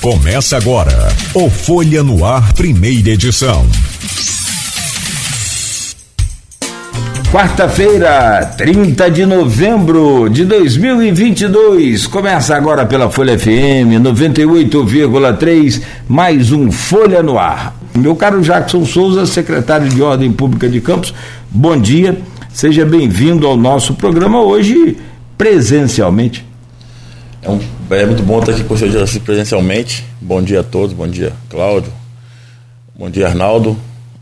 Começa agora o Folha no Ar, primeira edição. Quarta-feira, 30 de novembro de 2022. Começa agora pela Folha FM 98,3, mais um Folha no Ar. Meu caro Jackson Souza, secretário de Ordem Pública de Campos, bom dia. Seja bem-vindo ao nosso programa hoje presencialmente. É muito bom estar aqui com vocês presencialmente. Bom dia a todos, bom dia Cláudio, bom dia Arnaldo.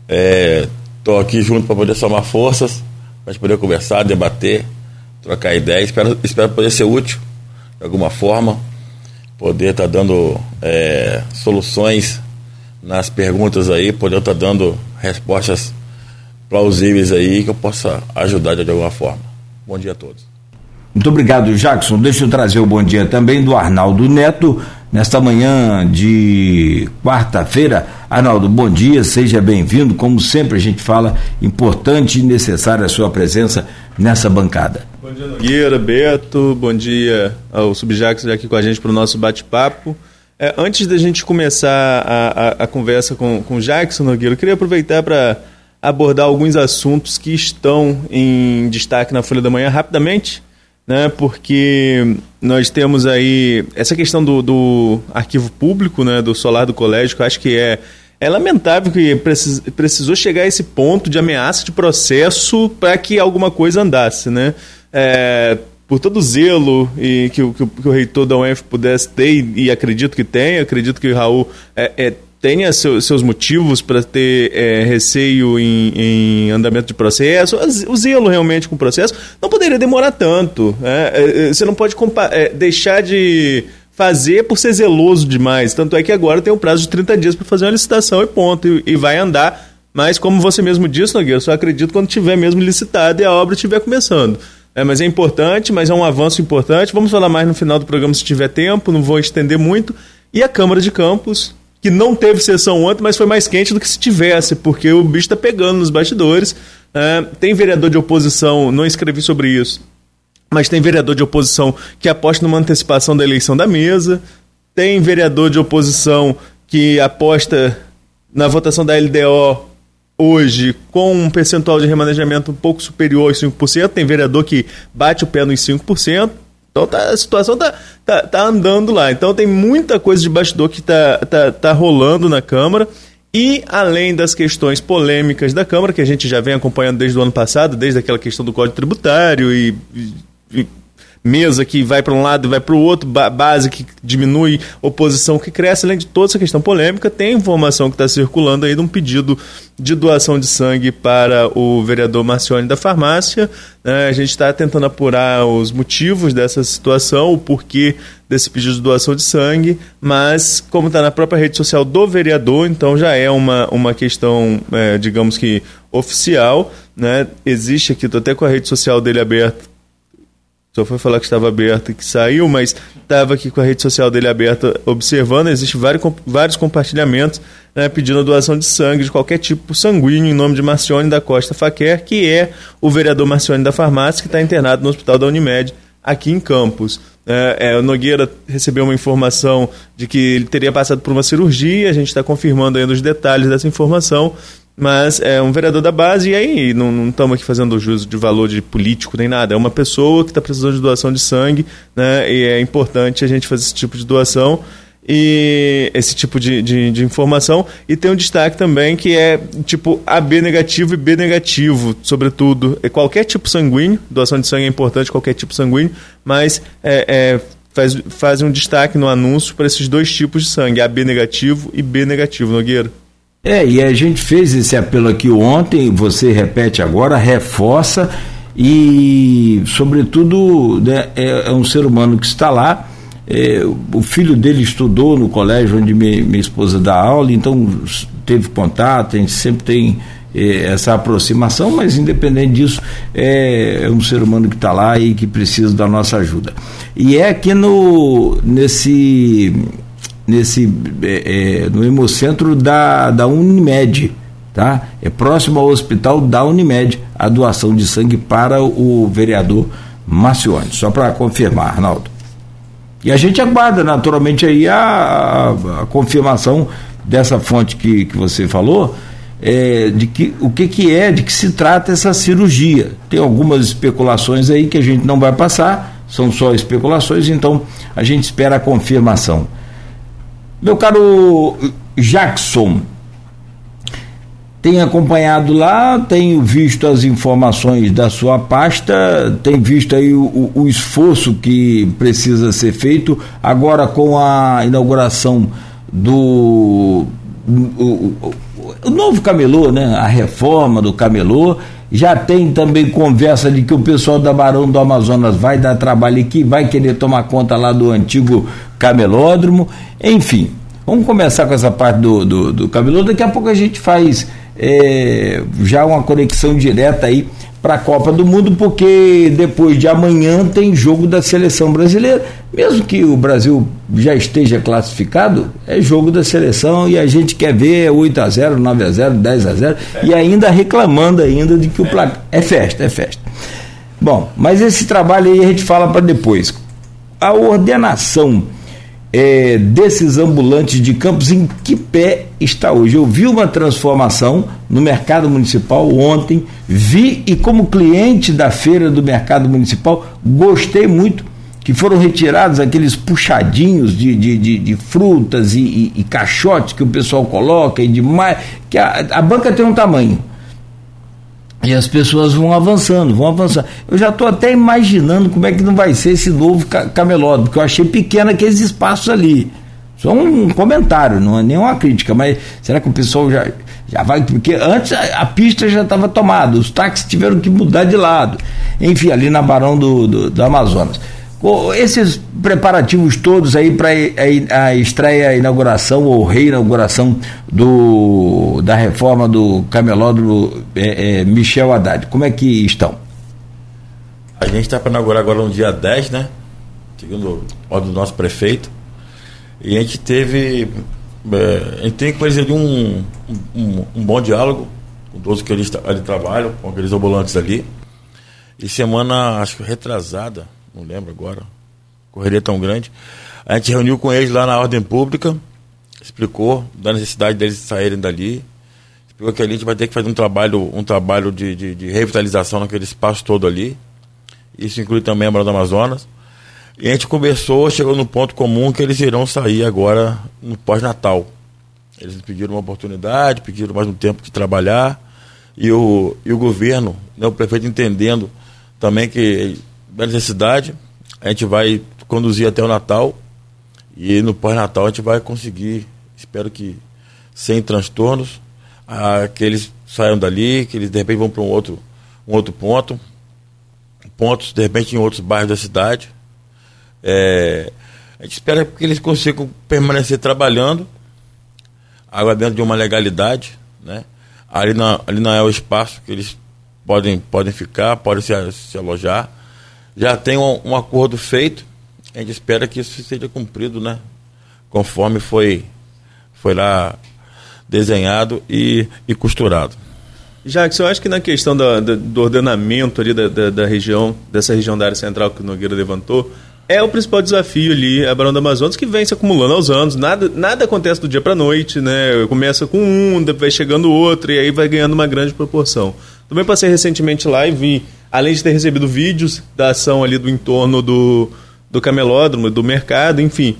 Estou aqui junto para poder somar forças, para poder conversar, debater, trocar ideias. Espero poder ser útil de alguma forma, poder estar dando soluções nas perguntas aí, poder estar dando respostas plausíveis aí que eu possa ajudar de alguma forma. Bom dia a todos. Muito obrigado, Jackson. Deixa eu trazer o bom dia também do Arnaldo Neto, nesta manhã de quarta-feira. Arnaldo, bom dia, seja bem-vindo. Como sempre a gente fala, importante e necessária a sua presença nessa bancada. Bom dia, Nogueira, Beto, bom dia ao Subjackson aqui com a gente para o nosso bate-papo. Antes da gente começar a conversa com o Jackson, Nogueira, eu queria aproveitar para abordar alguns assuntos que estão em destaque na Folha da Manhã rapidamente, né, porque nós temos aí essa questão do arquivo público, né, do solar do colégio, que eu acho que é lamentável que precisou chegar a esse ponto de ameaça de processo para que alguma coisa andasse, né? Por todo o zelo e que o reitor da UENF pudesse ter, e acredito que tenha, acredito que o Raul tenha seus motivos para ter receio em andamento de processo. O zelo realmente com o processo não poderia demorar tanto. Você não pode deixar de fazer por ser zeloso demais. Tanto é que agora tem um prazo de 30 dias para fazer uma licitação e ponto. E vai andar, mas como você mesmo disse, Nogueira, eu só acredito quando tiver mesmo licitado e a obra estiver começando. Mas é importante, mas é um avanço importante. Vamos falar mais no final do programa se tiver tempo, não vou estender muito. E a Câmara de Campos, que não teve sessão ontem, mas foi mais quente do que se tivesse, porque o bicho está pegando nos bastidores. Tem vereador de oposição, não escrevi sobre isso, mas tem vereador de oposição que aposta numa antecipação da eleição da mesa, tem vereador de oposição que aposta na votação da LDO hoje com um percentual de remanejamento um pouco superior aos 5%, tem vereador que bate o pé nos 5%, então a situação tá andando lá. Então tem muita coisa de bastidor que tá rolando na Câmara. E além das questões polêmicas da Câmara, que a gente já vem acompanhando desde o ano passado, desde aquela questão do Código Tributário e mesa que vai para um lado e vai para o outro, base que diminui, oposição que cresce, além de toda essa questão polêmica, tem informação que está circulando aí de um pedido de doação de sangue para o vereador Marcione da Farmácia. A gente está tentando apurar os motivos dessa situação, o porquê desse pedido de doação de sangue, mas como está na própria rede social do vereador, então já é uma questão, digamos que oficial, né? Existe aqui, estou até com a rede social dele aberta, só foi falar que estava aberto e que saiu, mas estava aqui com a rede social dele aberta observando. Existem vários compartilhamentos, né, pedindo a doação de sangue de qualquer tipo sanguíneo em nome de Marcione da Costa Faquer, que é o vereador Marcione da Farmácia, que está internado no hospital da Unimed aqui em Campos. O Nogueira recebeu uma informação de que ele teria passado por uma cirurgia, a gente está confirmando ainda os detalhes dessa informação, mas é um vereador da base, e aí não estamos aqui fazendo juízo de valor de político nem nada, é uma pessoa que está precisando de doação de sangue, né, e é importante a gente fazer esse tipo de doação e esse tipo de informação. E tem um destaque também que é tipo AB negativo e B negativo, sobretudo qualquer tipo sanguíneo, doação de sangue é importante, qualquer tipo sanguíneo, mas faz um destaque no anúncio para esses dois tipos de sangue, AB negativo e B negativo, Nogueira. E a gente fez esse apelo aqui ontem, você repete agora, reforça e, sobretudo, né, é um ser humano que está lá, o filho dele estudou no colégio onde minha esposa dá aula, então teve contato, a gente sempre tem essa aproximação, mas independente disso, é um ser humano que está lá e que precisa da nossa ajuda. E é aqui no Hemocentro da Unimed, tá? É próximo ao hospital da Unimed, a doação de sangue para o vereador Marcione. Só para confirmar, Arnaldo. E a gente aguarda naturalmente aí a confirmação dessa fonte que você falou, de que de que se trata essa cirurgia. Tem algumas especulações aí que a gente não vai passar, são só especulações, então a gente espera a confirmação. Meu caro Jackson, tem acompanhado lá, tenho visto as informações da sua pasta, tem visto aí o esforço que precisa ser feito, agora com a inauguração do o novo camelô, né? A reforma do camelô. Já tem também conversa de que o pessoal da Barão do Amazonas vai dar trabalho aqui, vai querer tomar conta lá do antigo camelódromo. Enfim, vamos começar com essa parte do camelô. Daqui a pouco a gente faz já uma conexão direta aí para a Copa do Mundo, porque depois de amanhã tem jogo da seleção brasileira. Mesmo que o Brasil já esteja classificado, é jogo da seleção e a gente quer ver 8-0, 9-0, 10-0 e ainda reclamando ainda de que o placar é festa. Bom, mas esse trabalho aí a gente fala para depois. A ordenação desses ambulantes de Campos, em que pé está hoje? Eu vi uma transformação no mercado municipal ontem, vi, e como cliente da feira do mercado municipal, gostei muito, que foram retirados aqueles puxadinhos de frutas e caixotes que o pessoal coloca, e demais, que a banca tem um tamanho, e as pessoas vão avançando. Eu já estou até imaginando como é que não vai ser esse novo camelódromo, porque eu achei pequeno aqueles espaços ali. Só um comentário, não é nenhuma crítica, mas será que o pessoal já vai? Porque antes a pista já estava tomada, os táxis tiveram que mudar de lado. Enfim, ali na Barão do Amazonas. Esses preparativos todos aí para a estreia, a inauguração ou reinauguração da reforma do camelódromo Michel Haddad, como é que estão? A gente está para inaugurar agora no dia 10, né? Segundo a ordem do nosso prefeito. E a gente teve com eles ali um bom diálogo com todos que eles ali trabalham, com aqueles ambulantes ali. E semana, acho que retrasada, não lembro agora, correria tão grande, a gente reuniu com eles lá na ordem pública, explicou da necessidade deles saírem dali, explicou que ali a gente vai ter que fazer um trabalho de revitalização naquele espaço todo ali. Isso inclui também a Barão do Amazonas. E a gente conversou, chegou no ponto comum que eles irão sair agora no pós-natal. Eles pediram uma oportunidade, pediram mais um tempo de trabalhar, e o governo, né, o prefeito, entendendo também que da necessidade, a gente vai conduzir até o Natal, e no pós-Natal a gente vai conseguir, espero que sem transtornos, que eles saiam dali, que eles de repente vão para um outro pontos de repente em outros bairros da cidade. A gente espera que eles consigam permanecer trabalhando agora dentro de uma legalidade, né? Ali não é o espaço que eles podem ficar, podem se alojar. Já tem um acordo feito, a gente espera que isso seja cumprido, né? Conforme foi lá desenhado e costurado. Jackson, eu acho que na questão do ordenamento ali da região, dessa região da área central que o Nogueira levantou, é o principal desafio ali, a Barão do Amazonas, que vem se acumulando aos anos. Nada acontece do dia para a noite, né? Começa com vai chegando outro, e aí vai ganhando uma grande proporção. Também passei recentemente lá e vi, além de ter recebido vídeos da ação ali do entorno do camelódromo, do mercado, enfim.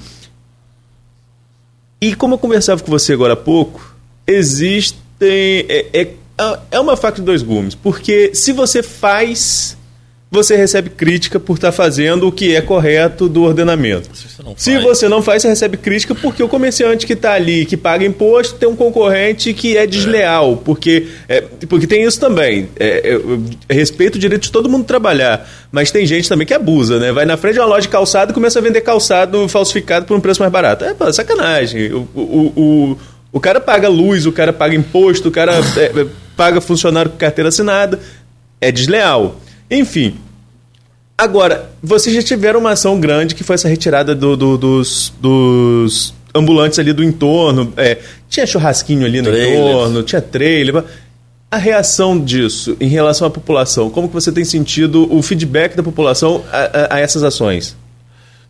E como eu conversava com você agora há pouco, existem... É uma faca de dois gumes, porque se você faz... você recebe crítica por estar fazendo o que é correto do ordenamento. Se você não faz, você recebe crítica porque o comerciante que está ali, que paga imposto, tem um concorrente que é desleal, porque tem isso também. Respeito o direito de todo mundo trabalhar, mas tem gente também que abusa, né? Vai na frente de uma loja de calçado e começa a vender calçado falsificado por um preço mais barato. Sacanagem. O cara paga luz, o cara paga imposto, o cara paga funcionário com carteira assinada. É desleal. Enfim, agora, vocês já tiveram uma ação grande que foi essa retirada dos ambulantes ali do entorno, tinha churrasquinho ali no entorno, tinha trailer. A reação disso em relação à população, como que você tem sentido o feedback da população a essas ações?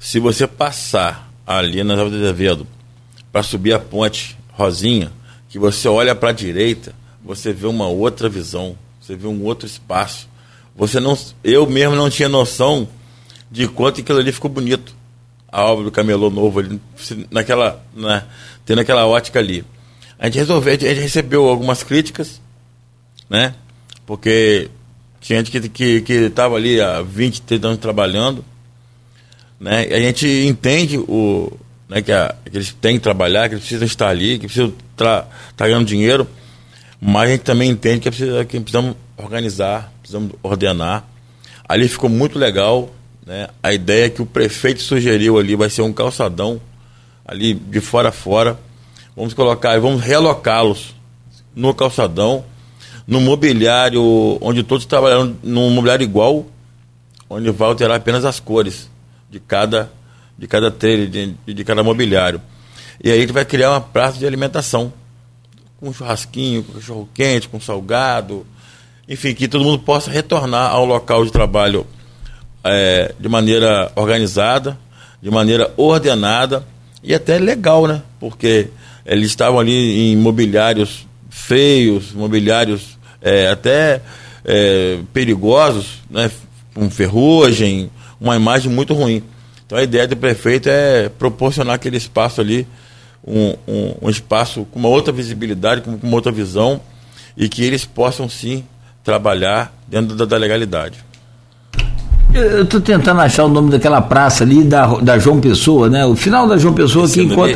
Se você passar ali na Alves de Azevedo para subir a ponte Rosinha, que você olha para a direita, você vê uma outra visão, você vê um outro espaço. Eu mesmo não tinha noção de quanto aquilo ali ficou bonito. A obra do Camelô Novo ali, tendo aquela ótica ali. A gente recebeu algumas críticas, né? Porque tinha gente que estava ali há 20, 30 anos trabalhando, né? E a gente entende que eles têm que trabalhar, que eles precisam estar ali, que precisam estar ganhando dinheiro, mas a gente também entende que precisamos organizar, precisamos ordenar. Ali ficou muito legal, né? A ideia que o prefeito sugeriu ali vai ser um calçadão ali de fora a fora. Vamos realocá-los no calçadão, no mobiliário, onde todos trabalharam num mobiliário igual, onde vai alterar apenas as cores de cada trailer, de cada mobiliário. E aí a gente vai criar uma praça de alimentação, com churrasquinho, com cachorro quente, com salgado, enfim, que todo mundo possa retornar ao local de trabalho de maneira organizada, de maneira ordenada e até legal, né? Porque eles estavam ali em mobiliários feios, mobiliários até perigosos, né? Com ferrugem, uma imagem muito ruim. Então a ideia do prefeito é proporcionar aquele espaço ali, um espaço com uma outra visibilidade, com uma outra visão, e que eles possam sim trabalhar dentro da legalidade. Eu estou tentando achar o nome daquela praça ali da João Pessoa, né? O final da João Pessoa que encontra.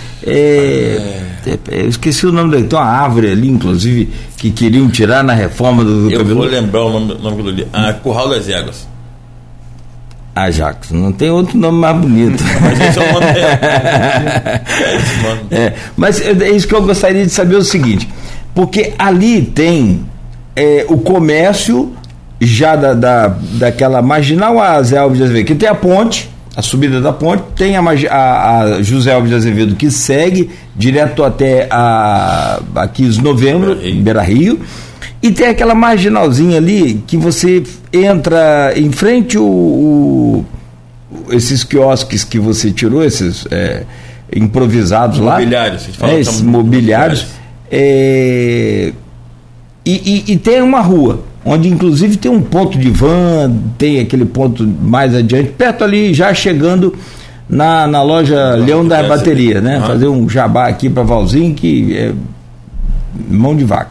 Eu esqueci o nome dele. Tem uma árvore ali, inclusive, que queriam tirar na reforma do Eu vou lembrar o nome do ali. Curral das Éguas. Jackson, não tem outro nome mais bonito. Mas esse é o nome dele. Mas é isso que eu gostaria de saber, o seguinte, porque ali tem o comércio já daquela marginal a Zé Alves de Azevedo, que tem a ponte, a subida da ponte, tem a José Alves de Azevedo, que segue direto até a 15 de novembro, Beira Rio, e tem aquela marginalzinha ali que você entra em frente esses quiosques que você tirou, esses improvisados lá, esses mobiliários, e tem uma rua onde inclusive tem um ponto de van, tem aquele ponto mais adiante, perto ali, já chegando na loja Leão da Bateria, né? Fazer um jabá aqui para Valzinho, que é mão de vaca.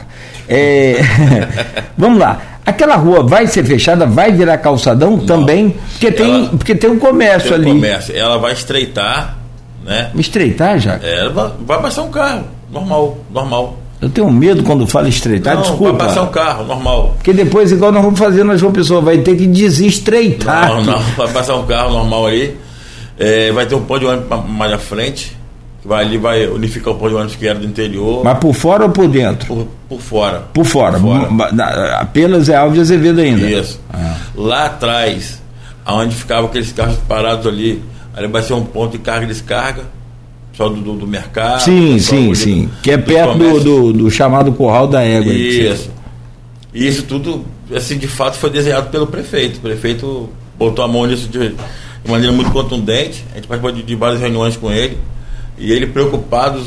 Vamos lá, aquela rua vai ser fechada, vai virar calçadão? Não, também, porque tem um comércio ali. Ela vai estreitar, né? Estreitar já? Vai passar um carro, normal. Eu tenho medo quando falo estreitar, não, desculpa. Vai passar um carro, normal. Porque depois, igual nós vamos fazer na João Pessoa, vai ter que desestreitar. Não, vai passar um carro normal aí. Vai ter um ponto de ônibus mais à frente, que vai unificar o ponto de ônibus que era do interior. Mas por fora ou por dentro? Por fora. Por fora. Apenas Zé Alves de Azevedo ainda. Isso. Lá atrás, onde ficavam aqueles carros parados ali vai ser um ponto de carga e descarga. Só do mercado. Sim. Que é perto do chamado Curral da Égua. Isso. E isso tudo, assim, de fato, foi desenhado pelo prefeito. O prefeito botou a mão nisso de maneira muito contundente. A gente participou de várias reuniões com ele. E ele preocupado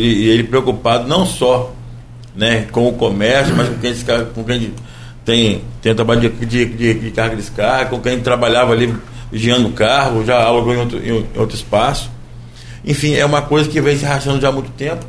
não só, né, com o comércio, mas com quem tem trabalho de carga e descarga, com quem trabalhava ali vigiando o carro, já alugou em outro espaço. Enfim, é uma coisa que vem se arrastando já há muito tempo.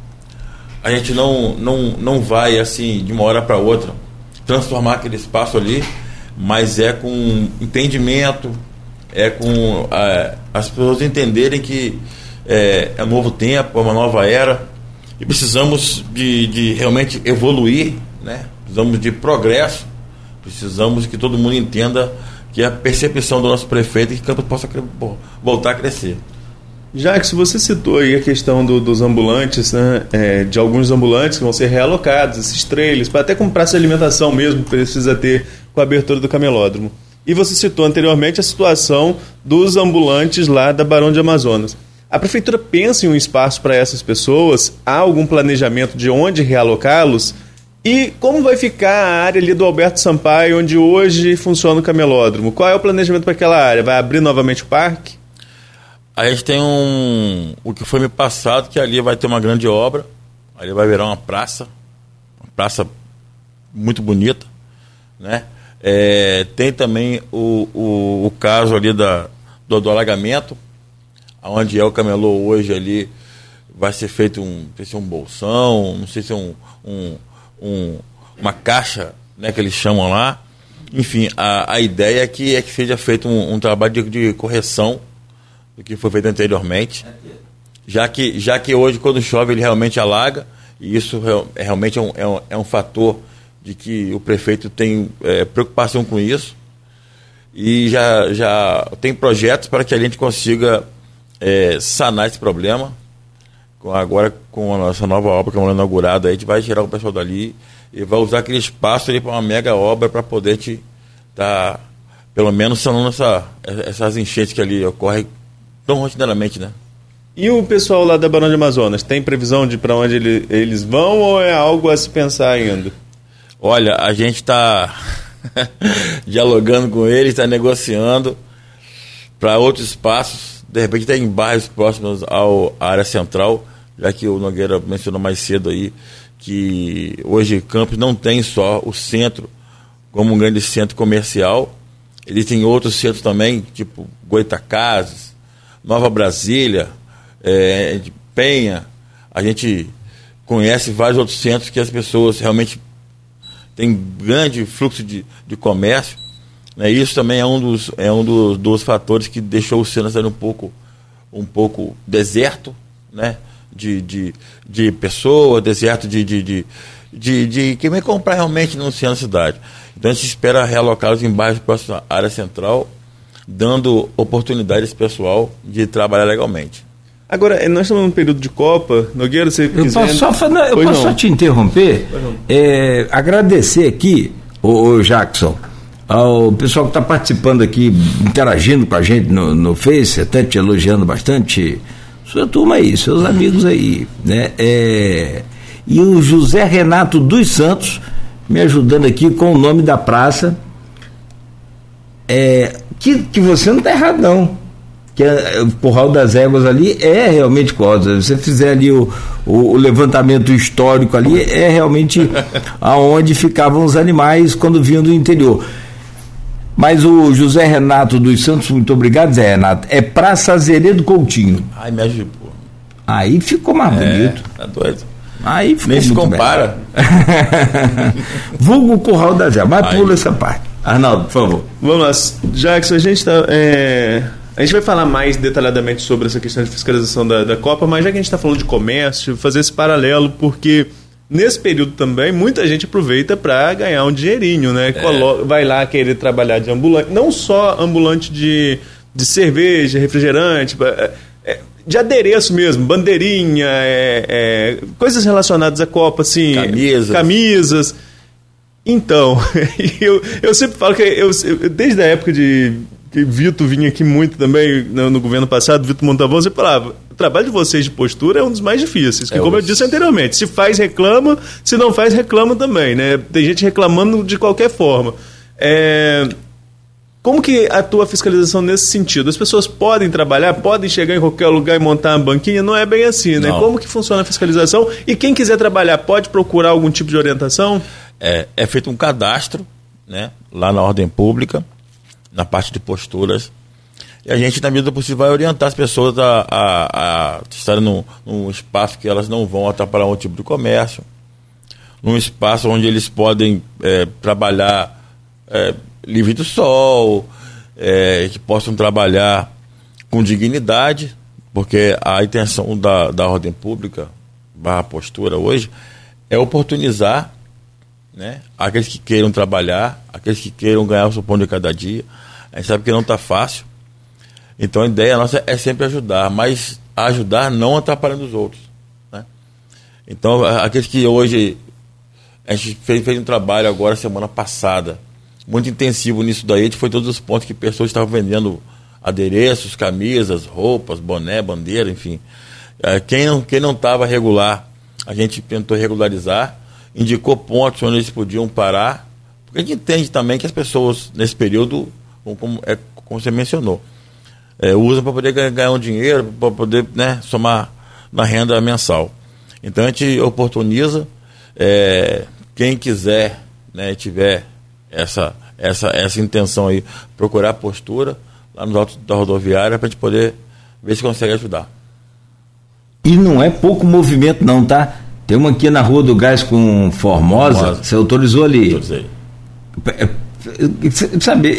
A gente não vai, assim, de uma hora para outra, transformar aquele espaço ali, mas é com entendimento, com as pessoas entenderem que é um novo tempo, é uma nova era, e precisamos de realmente evoluir, né? Precisamos de progresso, precisamos que todo mundo entenda que a percepção do nosso prefeito é que Campos possa voltar a crescer. Jacques, você citou aí a questão dos ambulantes, né? De alguns ambulantes que vão ser realocados, esses trailers, até como praça de alimentação mesmo, que precisa ter com a abertura do camelódromo. E você citou anteriormente a situação dos ambulantes lá da Barão de Amazonas. A prefeitura pensa em um espaço para essas pessoas? Há algum planejamento de onde realocá-los? E como vai ficar a área ali do Alberto Sampaio, onde hoje funciona o camelódromo? Qual é o planejamento para aquela área? Vai abrir novamente o parque? A gente tem o que foi me passado, que ali vai ter uma grande obra, ali vai virar uma praça muito bonita, né? Tem também o caso ali do alagamento, onde é o camelô hoje ali, vai ser feito não sei se é um bolsão, não sei se é uma caixa, né, que eles chamam lá. Enfim, a ideia é que seja feito um trabalho de correção do que foi feito anteriormente, já que hoje, quando chove, ele realmente alaga, e isso realmente é um fator de que o prefeito tem preocupação com isso, e já tem projetos para que a gente consiga sanar esse problema. Agora, com a nossa nova obra que é inaugurada, a gente vai tirar o pessoal dali e vai usar aquele espaço ali para uma mega obra, para poder estar, pelo menos, sanando essas enchentes que ali ocorrem tão rotineiramente, né? E o pessoal lá da Barão de Amazonas, tem previsão de para onde eles vão, ou é algo a se pensar ainda? Olha, a gente está dialogando com eles, está negociando para outros espaços, de repente tem em bairros próximos à área central, já que o Nogueira mencionou mais cedo aí, que hoje Campos não tem só o centro como um grande centro comercial, existem outros centros também, tipo Goitacazes, Nova Brasília, de Penha. A gente conhece vários outros centros que as pessoas realmente têm grande fluxo de comércio, né? Isso também é um dos fatores que deixou o centro ser um pouco deserto, né? De pessoas, deserto de quem vai comprar realmente no centro da cidade. Então a gente espera realocá-los em bairros próximos à área central, dando oportunidade a esse pessoal de trabalhar legalmente. Agora, nós estamos num período de Copa. Nogueira, você quiser... Eu posso só te interromper? Agradecer aqui, o Jackson, ao pessoal que está participando aqui, interagindo com a gente no Face, até te elogiando bastante, sua turma aí, seus amigos aí, né? E o José Renato dos Santos me ajudando aqui com o nome da praça, que você não está errado não, que o Curral das Éguas ali é realmente coisa. Se você fizer ali o levantamento histórico ali, é realmente aonde ficavam os animais quando vinham do interior. Mas o José Renato dos Santos, muito obrigado, Zé Renato, é Praça Azeredo Coutinho. Ai, me ajuda, pô. Aí ficou mais bonito. Tá doido. Aí ficou nem se muito compara. Vulgo Curral das Éguas, mas pula essa parte. Arnaldo, por favor. Vamos lá, Jackson, a gente vai falar mais detalhadamente sobre essa questão de fiscalização da Copa, mas já que a gente está falando de comércio, fazer esse paralelo, porque nesse período também muita gente aproveita para ganhar um dinheirinho, né? Vai lá querer trabalhar de ambulante, não só ambulante de cerveja, refrigerante, de adereço mesmo, bandeirinha, coisas relacionadas à Copa, assim, camisas. Então, eu sempre falo que desde a época que Vitor vinha aqui muito também no governo passado, Vitor Montalvão, você falava, o trabalho de vocês de postura é um dos mais difíceis, que como eu disse anteriormente, se faz, reclama, se não faz, reclama também, né? Tem gente reclamando de qualquer forma. Como que atua a fiscalização nesse sentido? As pessoas podem trabalhar, podem chegar em qualquer lugar e montar uma banquinha? Não é bem assim, né? Não. Como que funciona a fiscalização? E quem quiser trabalhar pode procurar algum tipo de orientação? É feito um cadastro, né, lá na ordem pública, na parte de posturas, e a gente, na medida do possível, vai orientar as pessoas a estarem num espaço que elas não vão atrapalhar um tipo de comércio, num espaço onde eles podem trabalhar livre do sol, que possam trabalhar com dignidade, porque a intenção da ordem pública, /postura hoje, é oportunizar, né, aqueles que queiram trabalhar, aqueles que queiram ganhar o seu pão de cada dia. A gente sabe que não está fácil, então a ideia nossa é sempre ajudar, mas ajudar não atrapalhando os outros, né? Então aqueles que hoje, a gente fez um trabalho agora semana passada, muito intensivo nisso daí, a gente foi todos os pontos que pessoas estavam vendendo adereços, camisas, roupas, boné, bandeira, enfim. Quem não estava regular, a gente tentou regularizar, indicou pontos onde eles podiam parar, porque a gente entende também que as pessoas, nesse período, como você mencionou, usam para poder ganhar um dinheiro, para poder, né, somar na renda mensal. Então a gente oportuniza, quem quiser, né, tiver essa intenção aí, procurar postura lá nos autos da rodoviária para a gente poder ver se consegue ajudar. E não é pouco movimento não, tá? Tem uma aqui na Rua do Gás com Formosa. Você autorizou ali? Autorizei. Sabe,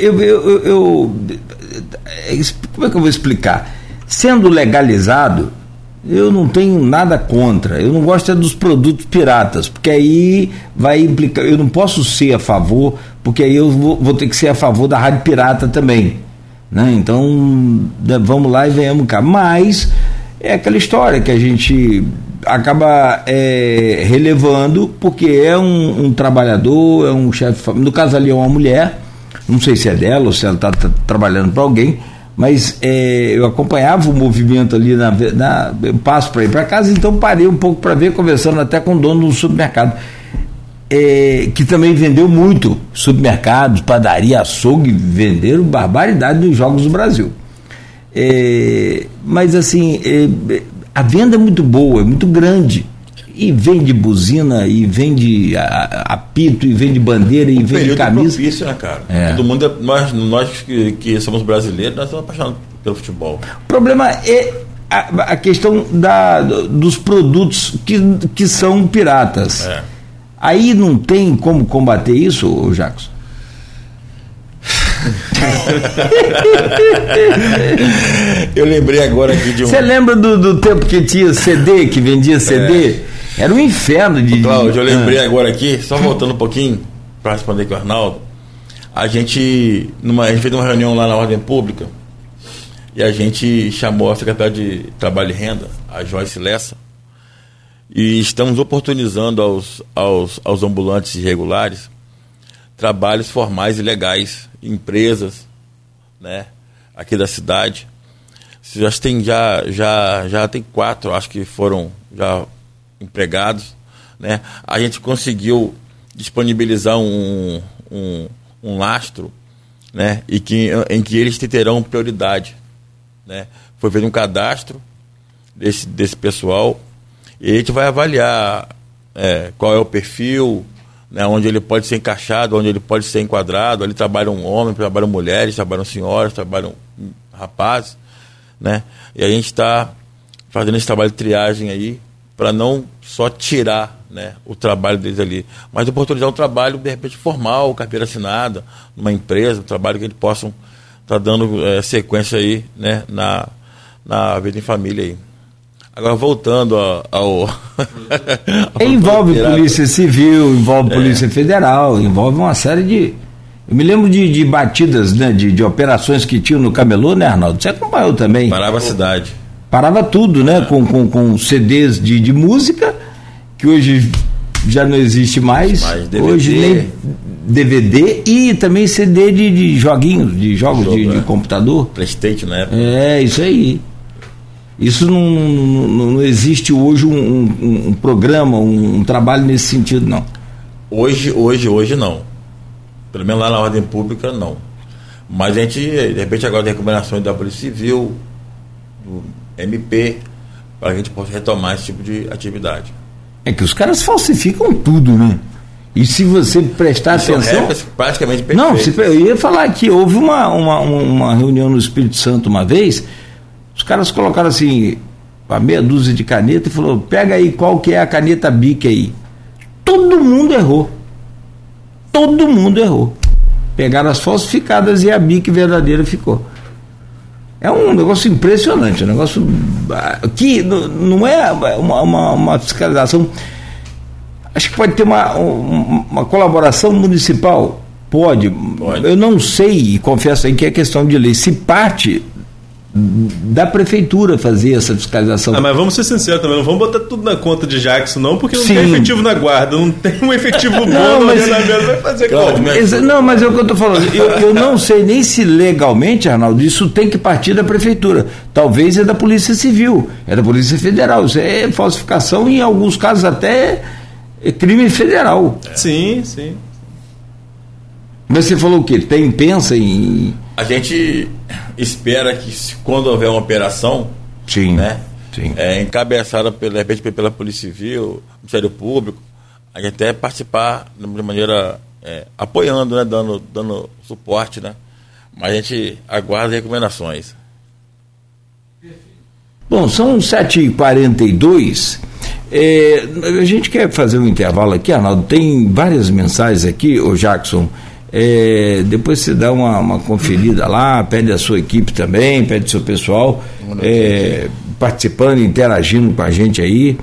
como é que eu vou explicar? Sendo legalizado, eu não tenho nada contra. Eu não gosto dos produtos piratas, porque aí vai implicar. Eu não posso ser a favor, porque aí eu vou ter que ser a favor da rádio pirata também, né? Então, vamos lá e venhamos cá. Mas é aquela história que a gente acaba relevando, porque é um trabalhador, é um chefe de família. No caso ali é uma mulher, não sei se é dela ou se ela está trabalhando para alguém, mas eu acompanhava o movimento ali, eu passo para ir para casa, então parei um pouco para ver, conversando até com o dono do supermercado, que também vendeu muito, supermercados, padaria, açougue, venderam barbaridade nos Jogos do Brasil. Mas assim, a venda é muito boa, é muito grande, e vende buzina, e vende apito, e vende bandeira, e vende camisa. Propício, né, cara? Todo mundo, nós que somos brasileiros, nós estamos apaixonados pelo futebol. O problema é a questão dos produtos que são piratas. Aí não tem como combater isso, Jackson? Eu lembrei agora aqui de um... Você lembra do tempo que tinha CD, que vendia CD? Era um inferno de... Cláudio, eu lembrei agora aqui, só voltando um pouquinho para responder com o Arnaldo. A gente fez uma reunião lá na Ordem Pública e a gente chamou a secretária de Trabalho e Renda, a Joyce Lessa, e estamos oportunizando aos ambulantes irregulares trabalhos formais e legais, empresas, né, aqui da cidade. Já tem 4, acho que foram já empregados, né? A gente conseguiu disponibilizar um lastro, né, em que eles terão prioridade, né? Foi feito um cadastro desse pessoal e a gente vai avaliar qual é o perfil, né, onde ele pode ser encaixado, onde ele pode ser enquadrado. Ali trabalham homens, trabalham mulheres, trabalham senhoras, trabalham rapazes, né? E a gente está fazendo esse trabalho de triagem aí para não só tirar, né, o trabalho deles ali, mas oportunizar um trabalho de repente formal, carteira assinada, numa empresa, um trabalho que eles possam estar dando sequência aí, né, na vida em família aí. Agora, voltando ao envolve Polícia Civil, envolve Polícia Federal, envolve uma série de... Eu me lembro de batidas, né, de operações que tinham no Camelô, né, Arnaldo? Você acompanhou também. Parava a cidade. Parava tudo, né, com CDs de música, que hoje já não existe mais. DVD. Hoje nem DVD e também CD de joguinhos, de jogos de computador. PlayStation, né? Isso aí. Isso não existe hoje um programa, um trabalho nesse sentido, não. Hoje não. Pelo menos lá na Ordem Pública, não. Mas a gente, de repente, agora tem recomendações da Polícia Civil, do MP, para que a gente possa retomar esse tipo de atividade. É que os caras falsificam tudo, né? E se você prestar atenção... praticamente perfeito. Não, eu ia falar que houve uma reunião no Espírito Santo uma vez... Os caras colocaram assim, a meia dúzia de caneta e falou, pega aí qual que é a caneta Bic aí. Todo mundo errou. Todo mundo errou. Pegaram as falsificadas e a Bic verdadeira ficou. É um negócio impressionante, um negócio que não é uma fiscalização. Acho que pode ter uma colaboração municipal. Pode. Eu não sei, e confesso aí que é questão de lei. Se parte da prefeitura fazer essa fiscalização. Mas vamos ser sinceros também, não vamos botar tudo na conta de Jackson, não, porque não tem efetivo na guarda, não tem um efetivo bom no ordenamento, vai fazer como? Não, mas é o que eu estou falando. Eu não sei nem se legalmente, Arnaldo, isso tem que partir da prefeitura. Talvez é da Polícia Civil, é da Polícia Federal. Isso é falsificação e em alguns casos até é crime federal. Sim. Mas você falou o quê? Pensa em a gente espera que quando houver uma operação, sim, né, sim, encabeçada de repente pela Polícia Civil, Ministério Público, a gente até participar de maneira apoiando, né, dando suporte, né? Mas a gente aguarda recomendações. Bom, são 7h42. A gente quer fazer um intervalo aqui, Arnaldo. Tem várias mensagens aqui, ô Jackson. Depois você dá uma conferida lá, pede a sua equipe também, pede seu pessoal participando, interagindo com a gente aí.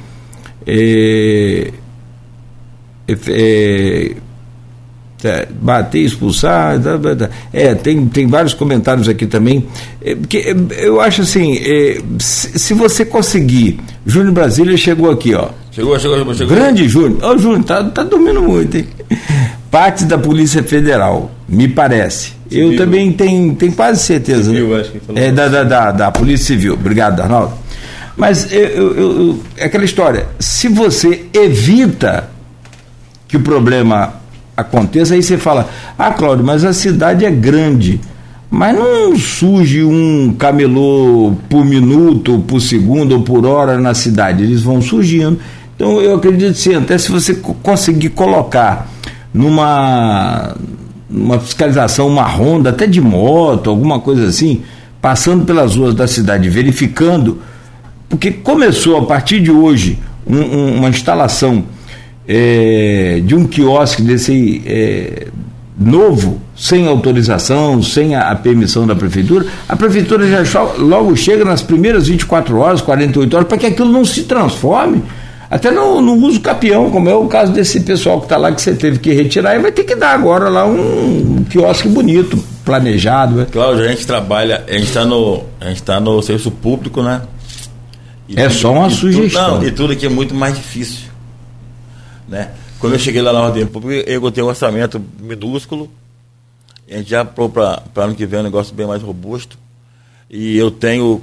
Bater, expulsar, tem vários comentários aqui também, porque eu acho assim, se você conseguir, Júnior Brasília chegou aqui, ó. Chegou. Grande Júnior. Ô, Júnior, tá dormindo muito, hein? Parte da Polícia Federal, me parece. Civil. Eu também tenho quase certeza. Civil, acho que falou. Da Polícia Civil. Obrigado, Arnaldo. Mas é aquela história, se você evita que o problema aconteça, aí você fala, Cláudio, mas a cidade é grande, mas não surge um camelô por minuto, por segundo ou por hora na cidade, eles vão surgindo. Então eu acredito sim, até se você conseguir colocar numa fiscalização, uma ronda até de moto, alguma coisa assim, passando pelas ruas da cidade, verificando, porque começou a partir de hoje uma instalação de um quiosque desse novo, sem autorização, sem a permissão da prefeitura, a prefeitura já logo chega nas primeiras 24 horas, 48 horas, para que aquilo não se transforme até no uso capião, como é o caso desse pessoal que está lá, que você teve que retirar, e vai ter que dar agora lá um quiosque bonito, planejado, né? Cláudio, a gente trabalha, a gente está no serviço público, né? Só uma sugestão. E tudo aqui é muito mais difícil, né? Quando eu cheguei lá na ordem pública, eu botei um orçamento minúsculo, e a gente já para ano que vem um negócio bem mais robusto, e eu tenho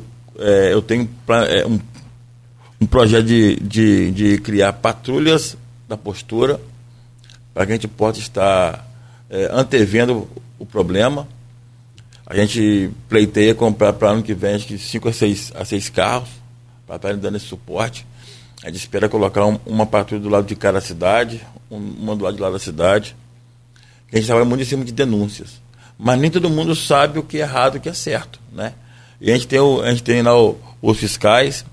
um projeto de criar patrulhas da postura para que a gente possa estar antevendo o problema. A gente pleiteia comprar para ano que vem acho que 5 a 6 carros para estar dando esse suporte. A gente espera colocar uma patrulha do lado de cada cidade, uma do lado de lá da cidade. A gente trabalha muito em cima de denúncias, mas nem todo mundo sabe o que é errado e o que é certo, né? E a gente tem lá os fiscais.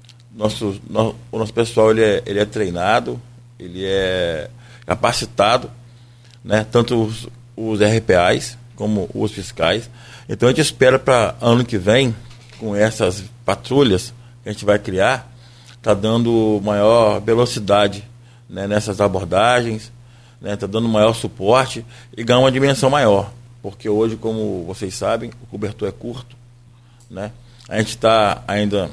O nosso pessoal ele é treinado, ele é capacitado, né? Tanto os RPAs como os fiscais. Então a gente espera para ano que vem, com essas patrulhas que a gente vai criar, tá dando maior velocidade, né, nessas abordagens, né, tá dando maior suporte e ganhar uma dimensão maior, porque hoje, como vocês sabem, o cobertor é curto, né? A gente está ainda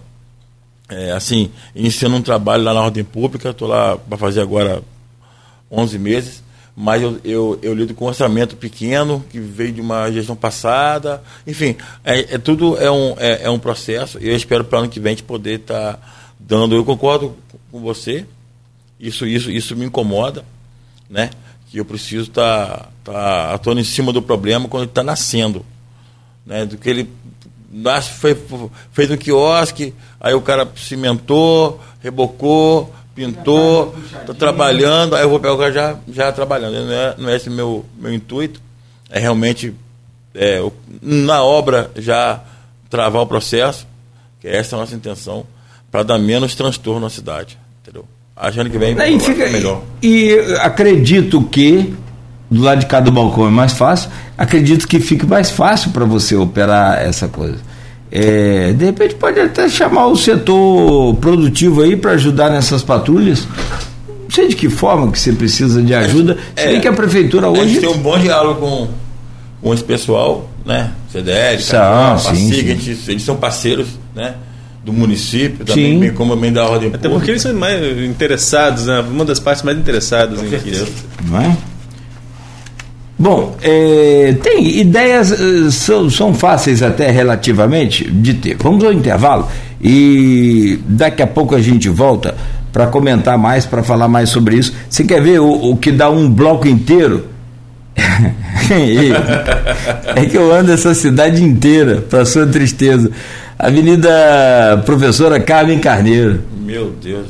iniciando um trabalho lá na ordem pública. Estou lá para fazer agora 11 meses, mas eu lido com um orçamento pequeno que veio de uma gestão passada. Enfim, tudo é um processo, e eu espero para o ano que vem a gente poder estar dando. Eu concordo com você, isso me incomoda, né? Que eu preciso estar atuando em cima do problema quando ele está nascendo, né? Do que ele fez um quiosque, aí o cara cimentou, rebocou, pintou, está trabalhando, aí eu vou pegar o cara já trabalhando. Não é esse meu intuito, é realmente na obra já travar o processo, que essa é a nossa intenção, para dar menos transtorno na cidade, entendeu? Achando que vem melhor. E acredito que do lado de cá do balcão é mais fácil, acredito que fique mais fácil para você operar essa coisa. De repente pode até chamar o setor produtivo aí para ajudar nessas patrulhas. Não sei de que forma que você precisa de ajuda. Se bem que a prefeitura hoje... A gente tem um bom diálogo com esse pessoal, né? CDL, eles são parceiros, né? Do município, também, bem como também da ordem pública. Até porque eles são mais interessados, né? Uma das partes mais interessadas em aquilo. Não é? Bom, tem ideias, são fáceis até relativamente de ter. Vamos ao intervalo e daqui a pouco a gente volta para comentar mais, para falar mais sobre isso. Você quer ver o que dá um bloco inteiro É que eu ando essa cidade inteira, para sua tristeza. Avenida Professora Carmen Carneiro. Meu Deus.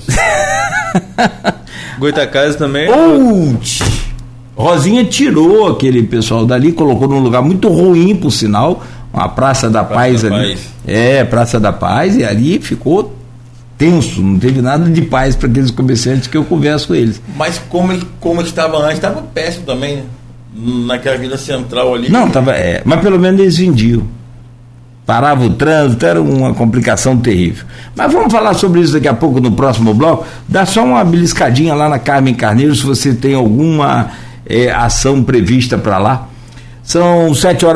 Goitacazes também? Rosinha tirou aquele pessoal dali, colocou num lugar muito ruim, por sinal, uma Praça da Paz ali. Praça da Paz, e ali ficou tenso, não teve nada de paz para aqueles comerciantes que eu converso com eles. Mas como estava antes, estava péssimo também, né? Naquela vida central ali. Não, mas pelo menos eles vendiam. Parava o trânsito, era uma complicação terrível. Mas vamos falar sobre isso daqui a pouco no próximo bloco. Dá só uma beliscadinha lá na Carmen Carneiro, se você tem alguma ação prevista para lá. São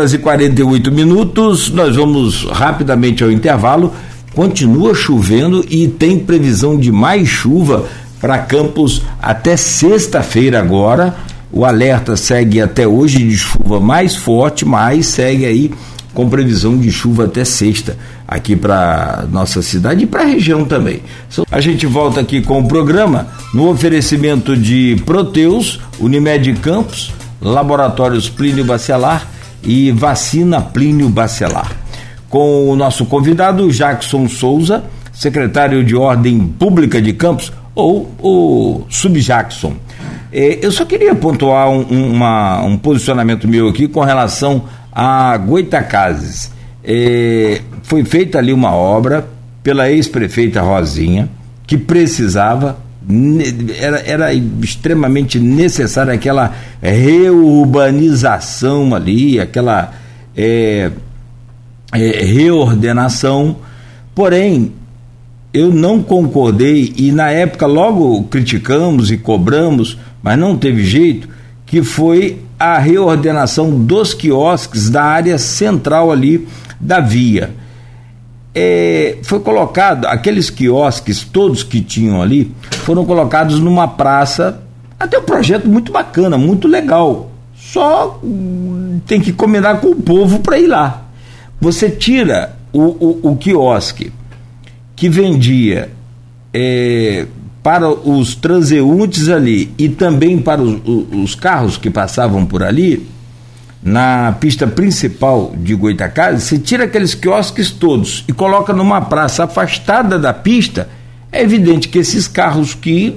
7h48, nós vamos rapidamente ao intervalo. Continua chovendo e tem previsão de mais chuva para Campos até sexta-feira agora. O alerta segue até hoje de chuva mais forte, mas segue aí com previsão de chuva até sexta aqui para nossa cidade e para a região também. A gente volta aqui com o programa no oferecimento de Proteus, Unimed Campos, Laboratórios Plínio Bacelar e Vacina Plínio Bacelar. Com o nosso convidado Jackson Souza, secretário de Ordem Pública de Campos, ou o Subjackson. Eu só queria pontuar um posicionamento meu aqui com relação a Goitacazes. Foi feita ali uma obra pela ex-prefeita Rosinha, que precisava, era extremamente necessária aquela reurbanização ali, aquela reordenação, porém eu não concordei, e na época logo criticamos e cobramos, mas não teve jeito, que foi a reordenação dos quiosques da área central ali da via. Foi colocado, aqueles quiosques todos que tinham ali, foram colocados numa praça, até um projeto muito bacana, muito legal, só tem que combinar com o povo para ir lá. Você tira o quiosque que vendia para os transeuntes ali e também para os carros que passavam por ali, na pista principal de Goitacazes, você tira aqueles quiosques todos e coloca numa praça afastada da pista, é evidente que esses carros que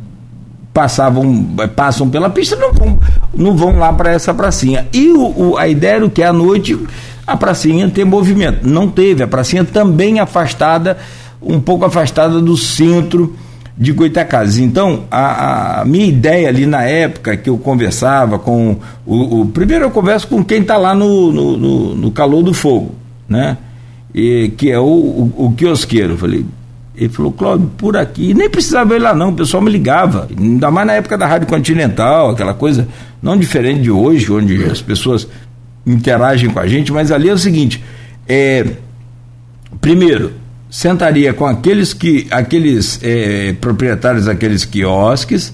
passam pela pista não vão lá para essa pracinha. E a ideia era que à noite a pracinha ter movimento. Não teve, a pracinha também afastada, um pouco afastada do centro de Goitacazes. Então, a minha ideia ali na época que eu conversava com primeiro eu converso com quem está lá no calor do fogo, né? Que é o quiosqueiro. Ele falou, Cláudio, por aqui, nem precisava ir lá não, o pessoal me ligava, ainda mais na época da Rádio Continental, aquela coisa não diferente de hoje, onde as pessoas interagem com a gente, mas ali é o seguinte, primeiro, sentaria com aqueles proprietários daqueles quiosques,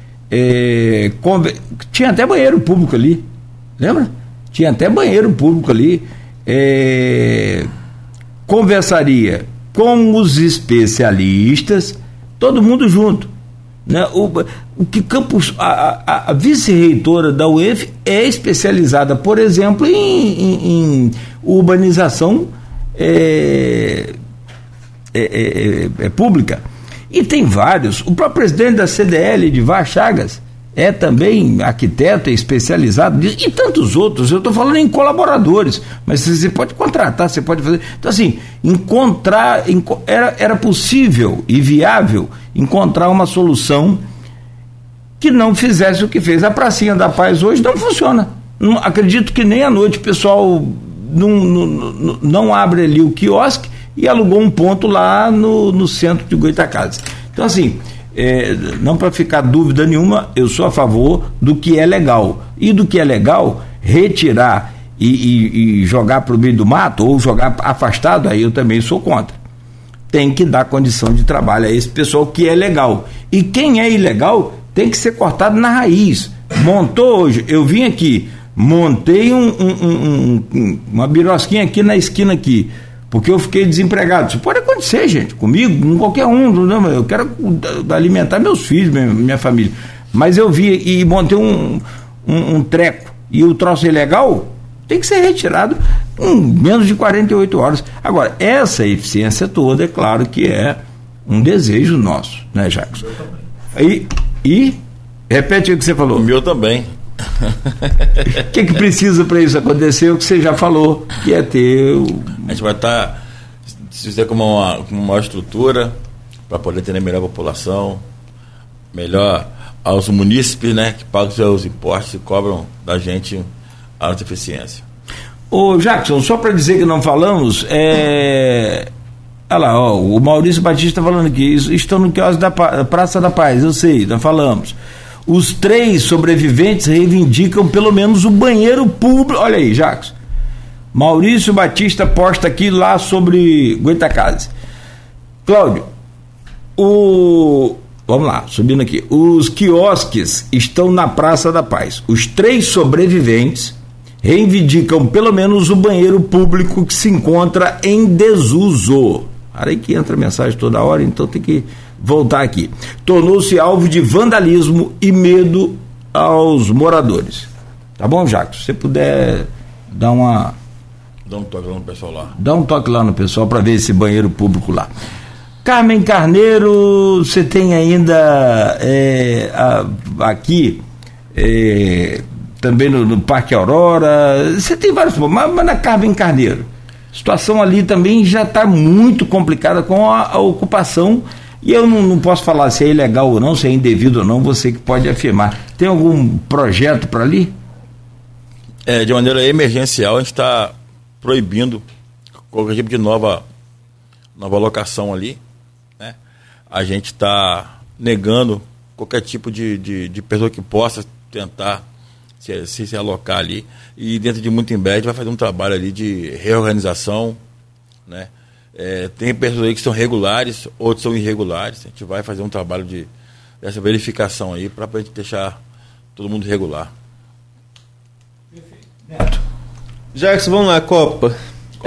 tinha até banheiro público ali, lembra? Tinha até banheiro público ali, conversaria com os especialistas, todo mundo junto, né? O que Campos, a vice-reitora da UF é especializada, por exemplo, em urbanização pública, e tem vários. O próprio presidente da CDL, Edivar Chagas, é também arquiteto, é especializado, e tantos outros. Eu estou falando em colaboradores, mas você pode contratar, você pode fazer. Então, assim, era possível e viável encontrar uma solução que não fizesse o que fez. A Pracinha da Paz hoje não funciona. Não, acredito que nem à noite o pessoal não abre ali o quiosque e alugou um ponto lá no centro de Goitacazes. Então, assim, não para ficar dúvida nenhuma, eu sou a favor do que é legal. E do que é legal, retirar e jogar para o meio do mato, ou jogar afastado, aí eu também sou contra. Tem que dar condição de trabalho a esse pessoal que é legal. E quem é ilegal tem que ser cortado na raiz. Montou hoje, eu vim aqui, montei uma birosquinha aqui na esquina aqui, porque eu fiquei desempregado. Isso pode acontecer, gente, comigo, com qualquer um, não, eu quero alimentar meus filhos, minha família, mas eu vi e montei um treco, e o troço é ilegal, tem que ser retirado em menos de 48 horas. Agora, essa eficiência toda, é claro que é um desejo nosso, né, Jackson? E repete o que você falou. O meu também. O que precisa para isso acontecer? O que você já falou, que é ter... A gente vai estar, se fizer com uma maior estrutura, para poder ter a melhor população, melhor aos munícipes, né, que pagam seus impostos e cobram da gente a alta eficiência. Ô Jackson, só para dizer que não falamos, olha lá, ó, o Maurício Batista falando aqui, estão no quiosque da Praça da Paz, eu sei, nós falamos. Os 3 sobreviventes reivindicam pelo menos o banheiro público. Olha aí, Jackson. Maurício Batista posta aqui lá sobre Goitacazes. Cláudio, vamos lá, subindo aqui. Os quiosques estão na Praça da Paz. Os 3 sobreviventes reivindicam pelo menos o banheiro público que se encontra em desuso. Aí que entra a mensagem toda hora, então tem que voltar aqui. Tornou-se alvo de vandalismo e medo aos moradores. Tá bom, Jackson? Se você puder dar um toque lá no pessoal lá. Dá um toque lá no pessoal para ver esse banheiro público lá. Carmen Carneiro, você tem ainda aqui também no Parque Aurora, você tem vários, mas na Carmen Carneiro, a situação ali também já está muito complicada com a ocupação, e eu não posso falar se é ilegal ou não, se é indevido ou não, você que pode afirmar. Tem algum projeto para ali? De maneira emergencial, a gente está proibindo qualquer tipo de nova locação ali, né? A gente está negando qualquer tipo de pessoa que possa tentar se alocar ali, e dentro de muito em breve a gente vai fazer um trabalho ali de reorganização, né? Tem pessoas aí que são regulares, outros são irregulares. A gente vai fazer um trabalho dessa verificação aí para a gente deixar todo mundo regular. Perfeito. Neto. Jackson, vamos lá, Copa.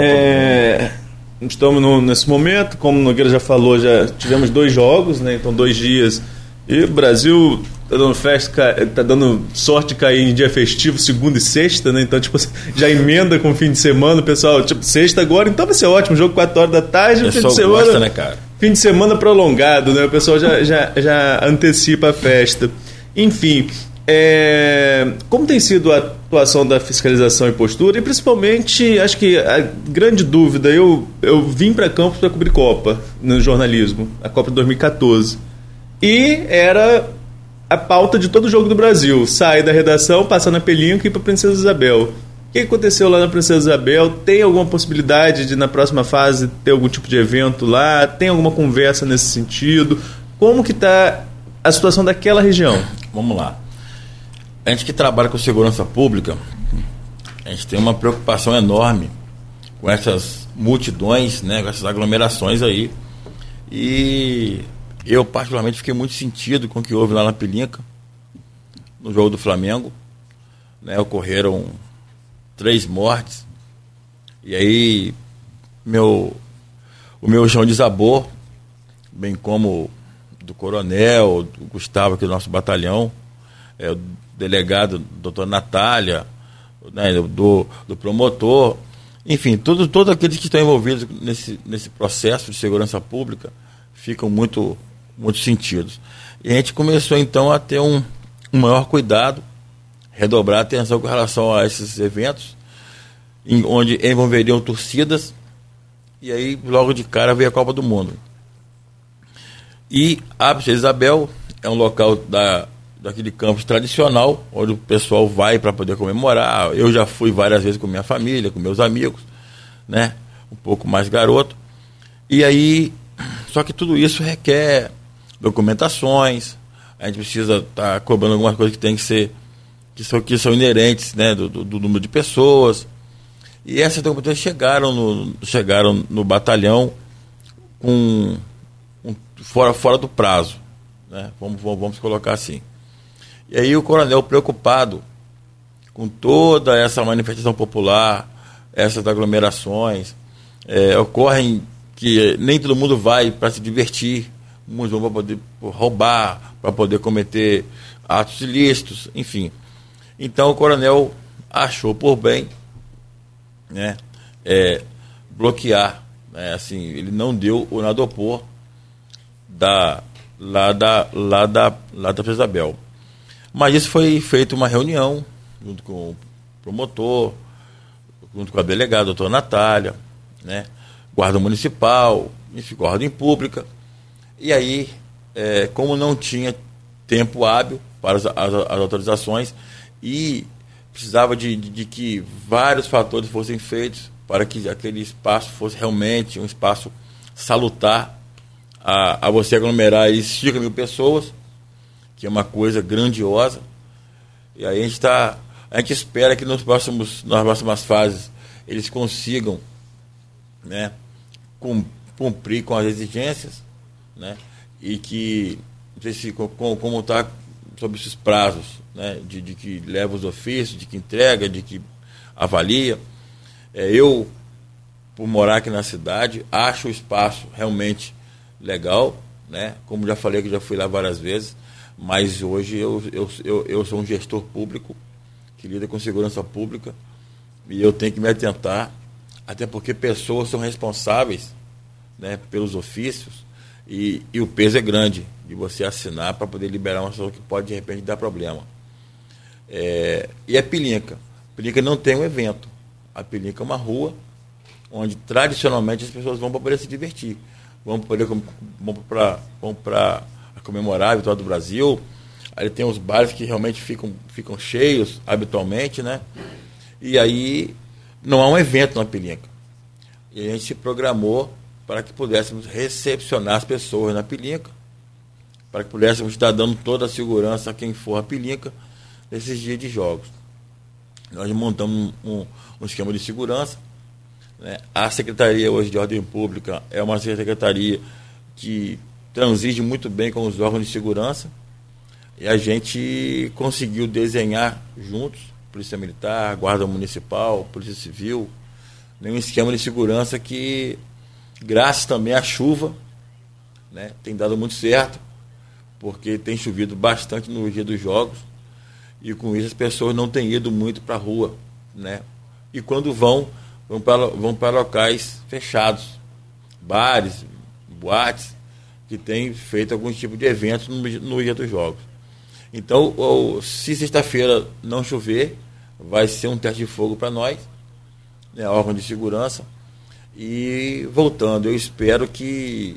Estamos nesse momento, como o Nogueira já falou, já tivemos 2 jogos, né? Então 2 dias. E o Brasil tá dando festa, tá dando sorte de cair em dia festivo, segunda e sexta, né? Então, tipo, já emenda com o fim de semana, o pessoal, tipo, sexta agora, então vai ser ótimo, jogo 4 horas da tarde, fim de semana. Gosta, né, cara? Fim de semana prolongado, né? O pessoal já antecipa a festa. Enfim, como tem sido a atuação da fiscalização e postura, e principalmente, acho que a grande dúvida, eu vim para Campos para cobrir Copa no jornalismo, a Copa de 2014. E era a pauta de todo o jogo do Brasil. Sair da redação, passar na Pelinca e ir para Princesa Isabel. O que aconteceu lá na Princesa Isabel? Tem alguma possibilidade de, na próxima fase, ter algum tipo de evento lá? Tem alguma conversa nesse sentido? Como que está a situação daquela região? Vamos lá. A gente que trabalha com segurança pública, a gente tem uma preocupação enorme com essas multidões, né, com essas aglomerações aí. E eu, particularmente, fiquei muito sentido com o que houve lá na Pelinca, no jogo do Flamengo, né? Ocorreram 3 mortes, e aí o meu chão desabou, bem como do coronel, do Gustavo, aqui do nosso batalhão, o delegado, doutor Natália, né, do promotor, enfim, todos aqueles que estão envolvidos nesse processo de segurança pública ficam muito sentidos. E a gente começou então a ter um maior cuidado, redobrar a atenção com relação a esses eventos, onde envolveriam torcidas, e aí logo de cara veio a Copa do Mundo. E a Princesa Isabel é um local daquele campus tradicional, onde o pessoal vai para poder comemorar. Eu já fui várias vezes com minha família, com meus amigos, né? Um pouco mais garoto. E aí, só que tudo isso requer documentações, a gente precisa estar cobrando algumas coisas que tem que ser, que são inerentes, né, do número de pessoas. E essas documentações chegaram no batalhão fora do prazo, né? Vamos colocar assim. E aí o coronel, preocupado com toda essa manifestação popular, essas aglomerações, ocorrem que nem todo mundo vai para se divertir, muitos vão para poder roubar, para poder cometer atos ilícitos, enfim. Então o coronel achou por bem, né, bloquear, né, assim, ele não deu o nadopor lá da Isabel. Mas isso foi feito uma reunião junto com o promotor, junto com a delegada, a doutora Natália, né, guarda municipal, enfim, ordem pública. E aí, como não tinha tempo hábil para as autorizações e precisava de que vários fatores fossem feitos para que aquele espaço fosse realmente um espaço salutar a você aglomerar aí 5.000 pessoas, que é uma coisa grandiosa. E aí a gente espera que nas próximas fases eles consigam, né, cumprir com as exigências, né, e que, não sei se como está sobre esses prazos, né, de que leva os ofícios, de que entrega, de que avalia. Eu, por morar aqui na cidade, acho o espaço realmente legal, né, como já falei, que já fui lá várias vezes, mas hoje eu sou um gestor público que lida com segurança pública e eu tenho que me atentar, até porque pessoas são responsáveis, né, pelos ofícios e o peso é grande de você assinar para poder liberar uma situação que pode de repente dar problema. E a Pilinca não tem um evento. A Pilinca é uma rua onde tradicionalmente as pessoas vão para poder se divertir, vão para comemorar a vitória do Brasil. Aí tem os bares que realmente ficam cheios habitualmente, né? E aí não há um evento na Pilinca. E a gente se programou para que pudéssemos recepcionar as pessoas na Pilinca, para que pudéssemos estar dando toda a segurança a quem for a Pilinca nesses dias de jogos. Nós montamos um esquema de segurança, né? A Secretaria hoje de Ordem Pública é uma secretaria que transige muito bem com os órgãos de segurança, e a gente conseguiu desenhar juntos, Polícia Militar, Guarda Municipal, Polícia Civil, um esquema de segurança que, graças também à chuva, né, tem dado muito certo, porque tem chovido bastante no dia dos jogos, e com isso as pessoas não têm ido muito para a rua, né? E quando vão para locais fechados, bares, boates, que têm feito algum tipo de evento no dia dos jogos. Então, se sexta-feira não chover, vai ser um teste de fogo para nós, né, órgão de segurança. E voltando, eu espero que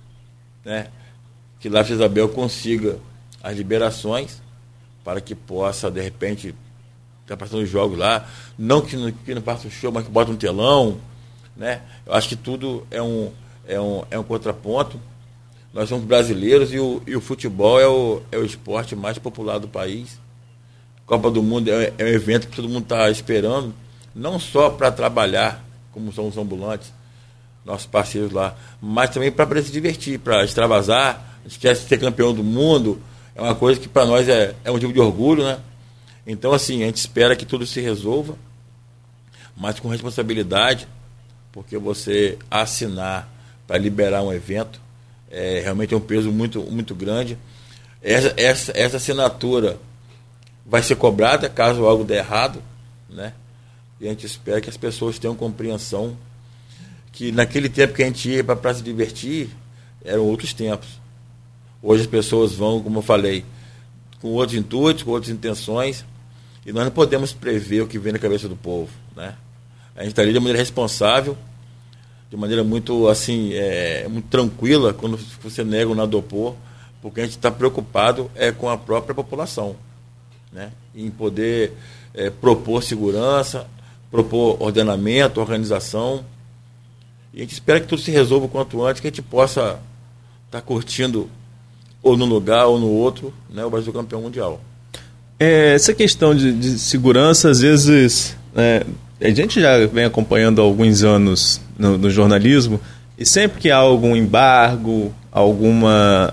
lá Isabel consiga as liberações para que possa, de repente, estar passando os jogos lá, não que não passe o show, mas que bota um telão, né? Eu acho que tudo é um contraponto. Nós somos brasileiros e o futebol é o esporte mais popular do país. Copa do Mundo é um evento que todo mundo está esperando, não só para trabalhar, como são os ambulantes, nossos parceiros lá, mas também para se divertir, para extravasar. A gente quer ser campeão do mundo, é uma coisa que para nós é um motivo de orgulho, né? Então, assim, a gente espera que tudo se resolva, mas com responsabilidade, porque você assinar para liberar um evento realmente é um peso muito, muito grande. Essa assinatura vai ser cobrada caso algo der errado, né? E a gente espera que as pessoas tenham compreensão que naquele tempo que a gente ia para se divertir, eram outros tempos. Hoje as pessoas vão, como eu falei, com outros intuitos, com outras intenções, e nós não podemos prever o que vem na cabeça do povo, né? A gente está ali de maneira responsável, de maneira muito, assim, muito tranquila, quando você nega o nadopor, porque a gente está preocupado com a própria população, né? Em poder propor segurança, propor ordenamento, organização. E a gente espera que tudo se resolva o quanto antes, que a gente possa estar curtindo ou num lugar ou no outro, né, o Brasil campeão mundial. Essa questão de segurança, às vezes, a gente já vem acompanhando há alguns anos no jornalismo, e sempre que há algum embargo, algum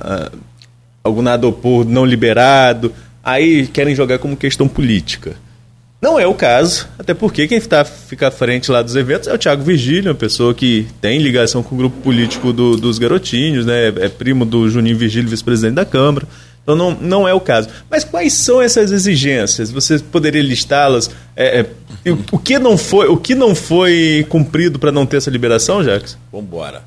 nadopor não liberado, aí querem jogar como questão política. Não é o caso, até porque quem fica à frente lá dos eventos é o Thiago Virgílio, uma pessoa que tem ligação com o grupo político dos Garotinhos, né? É primo do Juninho Virgílio, vice-presidente da Câmara. Então não é o caso. Mas quais são essas exigências? Você poderia listá-las? O que não foi cumprido para não ter essa liberação, Jackson? Vamos embora.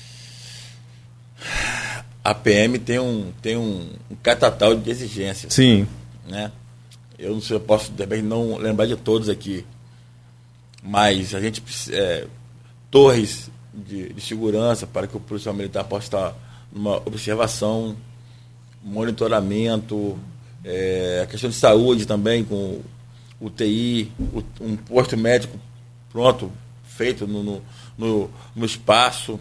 A PM tem um catatal de exigências. Sim. Né? Eu não sei, eu posso de repente não lembrar de todos aqui, mas a gente torres de segurança para que o policial militar possa estar numa observação, monitoramento, a questão de saúde também, com UTI, um posto médico pronto, feito no espaço,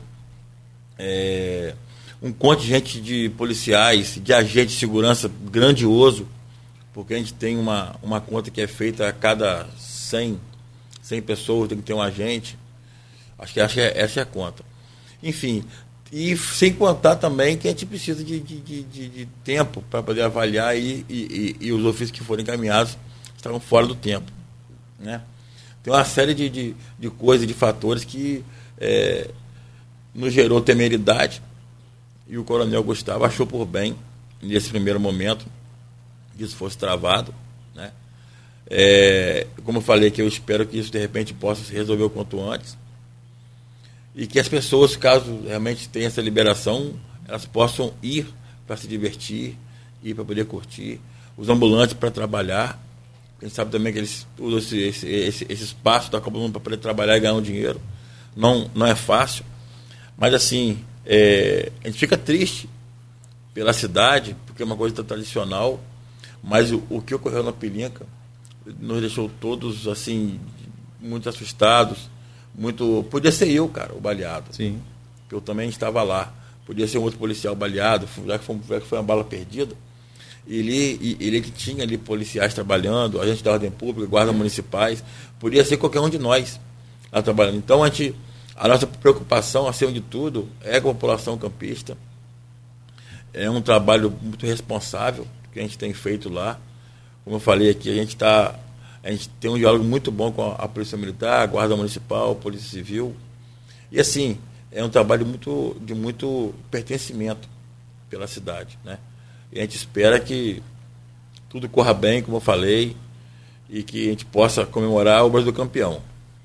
um contingente de policiais, de agentes de segurança grandioso, porque a gente tem uma conta que é feita a cada 100 pessoas, tem que ter um agente. Acho que essa é a conta. Enfim, e sem contar também que a gente precisa de tempo para poder avaliar e os ofícios que forem encaminhados estavam fora do tempo. Né? Tem uma série de coisas, de fatores que nos gerou temeridade, e o coronel Gustavo achou por bem, nesse primeiro momento, que isso fosse travado. Né? Como eu falei, que eu espero que isso de repente possa se resolver o quanto antes, e que as pessoas, caso realmente tenha essa liberação, elas possam ir para se divertir, ir para poder curtir, os ambulantes para trabalhar. A gente sabe também que eles usam esse espaço da Copa do Mundo para poder trabalhar e ganhar um dinheiro. Não é fácil, mas assim, a gente fica triste pela cidade, porque é uma coisa tradicional, mas o que ocorreu na Pelinca nos deixou todos assim muito assustados. Podia ser eu, cara, o baleado. Sim. Eu também estava lá. Podia ser um outro policial baleado, já que foi uma bala perdida. Ele que tinha ali policiais trabalhando, agentes da ordem pública, guardas municipais, podia ser qualquer um de nós lá trabalhando. Então a nossa preocupação, acima de tudo, é com a população campista. É um trabalho muito responsável que a gente tem feito lá. Como eu falei aqui, a gente tem um diálogo muito bom com a Polícia Militar, a Guarda Municipal, a Polícia Civil. E assim, é um trabalho de muito pertencimento pela cidade. Né? E a gente espera que tudo corra bem, como eu falei, e que a gente possa comemorar o Brasil campeão.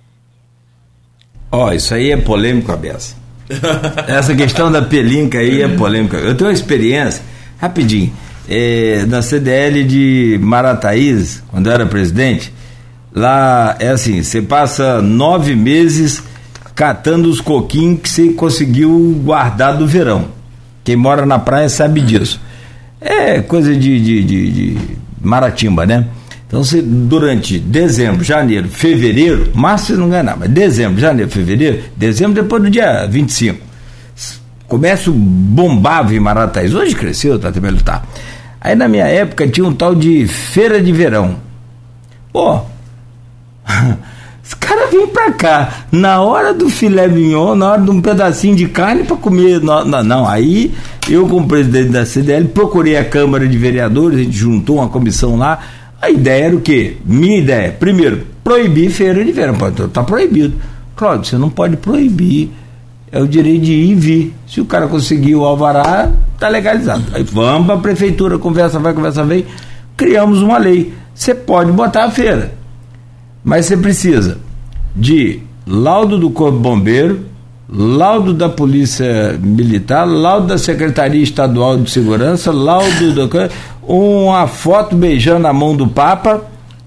Isso aí é polêmico, Abessa. Essa questão da Pelinca aí é polêmica. Eu tenho uma experiência, rapidinho, na CDL de Marataízes, quando eu era presidente. Lá é assim, você passa 9 meses catando os coquinhos que você conseguiu guardar do verão. Quem mora na praia sabe disso. É coisa de Maratimba, né? Então, durante dezembro, janeiro, fevereiro, março você não ganha nada, mas dezembro, janeiro, fevereiro, dezembro depois do dia 25, comércio bombava em Marataízes. Hoje cresceu, tá também lutar. Aí na minha época tinha um tal de feira de verão. Os caras vêm pra cá na hora do filé mignon, na hora de um pedacinho de carne pra comer. Não, aí eu, como presidente da CDL, procurei a Câmara de Vereadores, a gente juntou uma comissão lá. A ideia era o quê? Minha ideia, primeiro, proibir feira de verão. Tá proibido. Cláudio, você não pode proibir, é o direito de ir e vir. Se o cara conseguir o alvará, tá legalizado. Aí vamos pra prefeitura, conversa vem, criamos uma lei. Você pode botar a feira, mas você precisa de laudo do Corpo de Bombeiro, laudo da Polícia Militar, laudo da Secretaria Estadual de Segurança, laudo uma foto beijando a mão do Papa.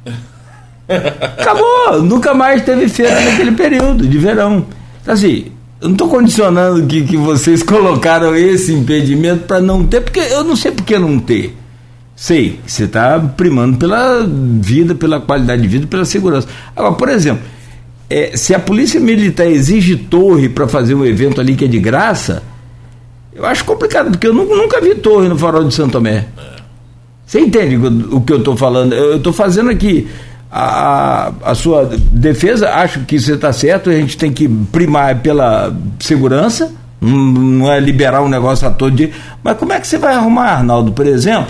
Acabou, nunca mais teve feira naquele período de verão. Então assim, eu não estou condicionando que vocês colocaram esse impedimento para não ter, porque eu não sei por que não ter. Sei, você está primando pela vida, pela qualidade de vida, pela segurança. Agora, por exemplo, se a Polícia Militar exige torre para fazer um evento ali que é de graça, eu acho complicado, porque eu nunca vi torre no Farol de Santo Tomé. Você entende o que eu estou falando? Eu estou fazendo aqui a sua defesa, acho que você está certo, a gente tem que primar pela segurança, não é liberar um negócio a todo dia. Mas como é que você vai arrumar, Arnaldo, por exemplo?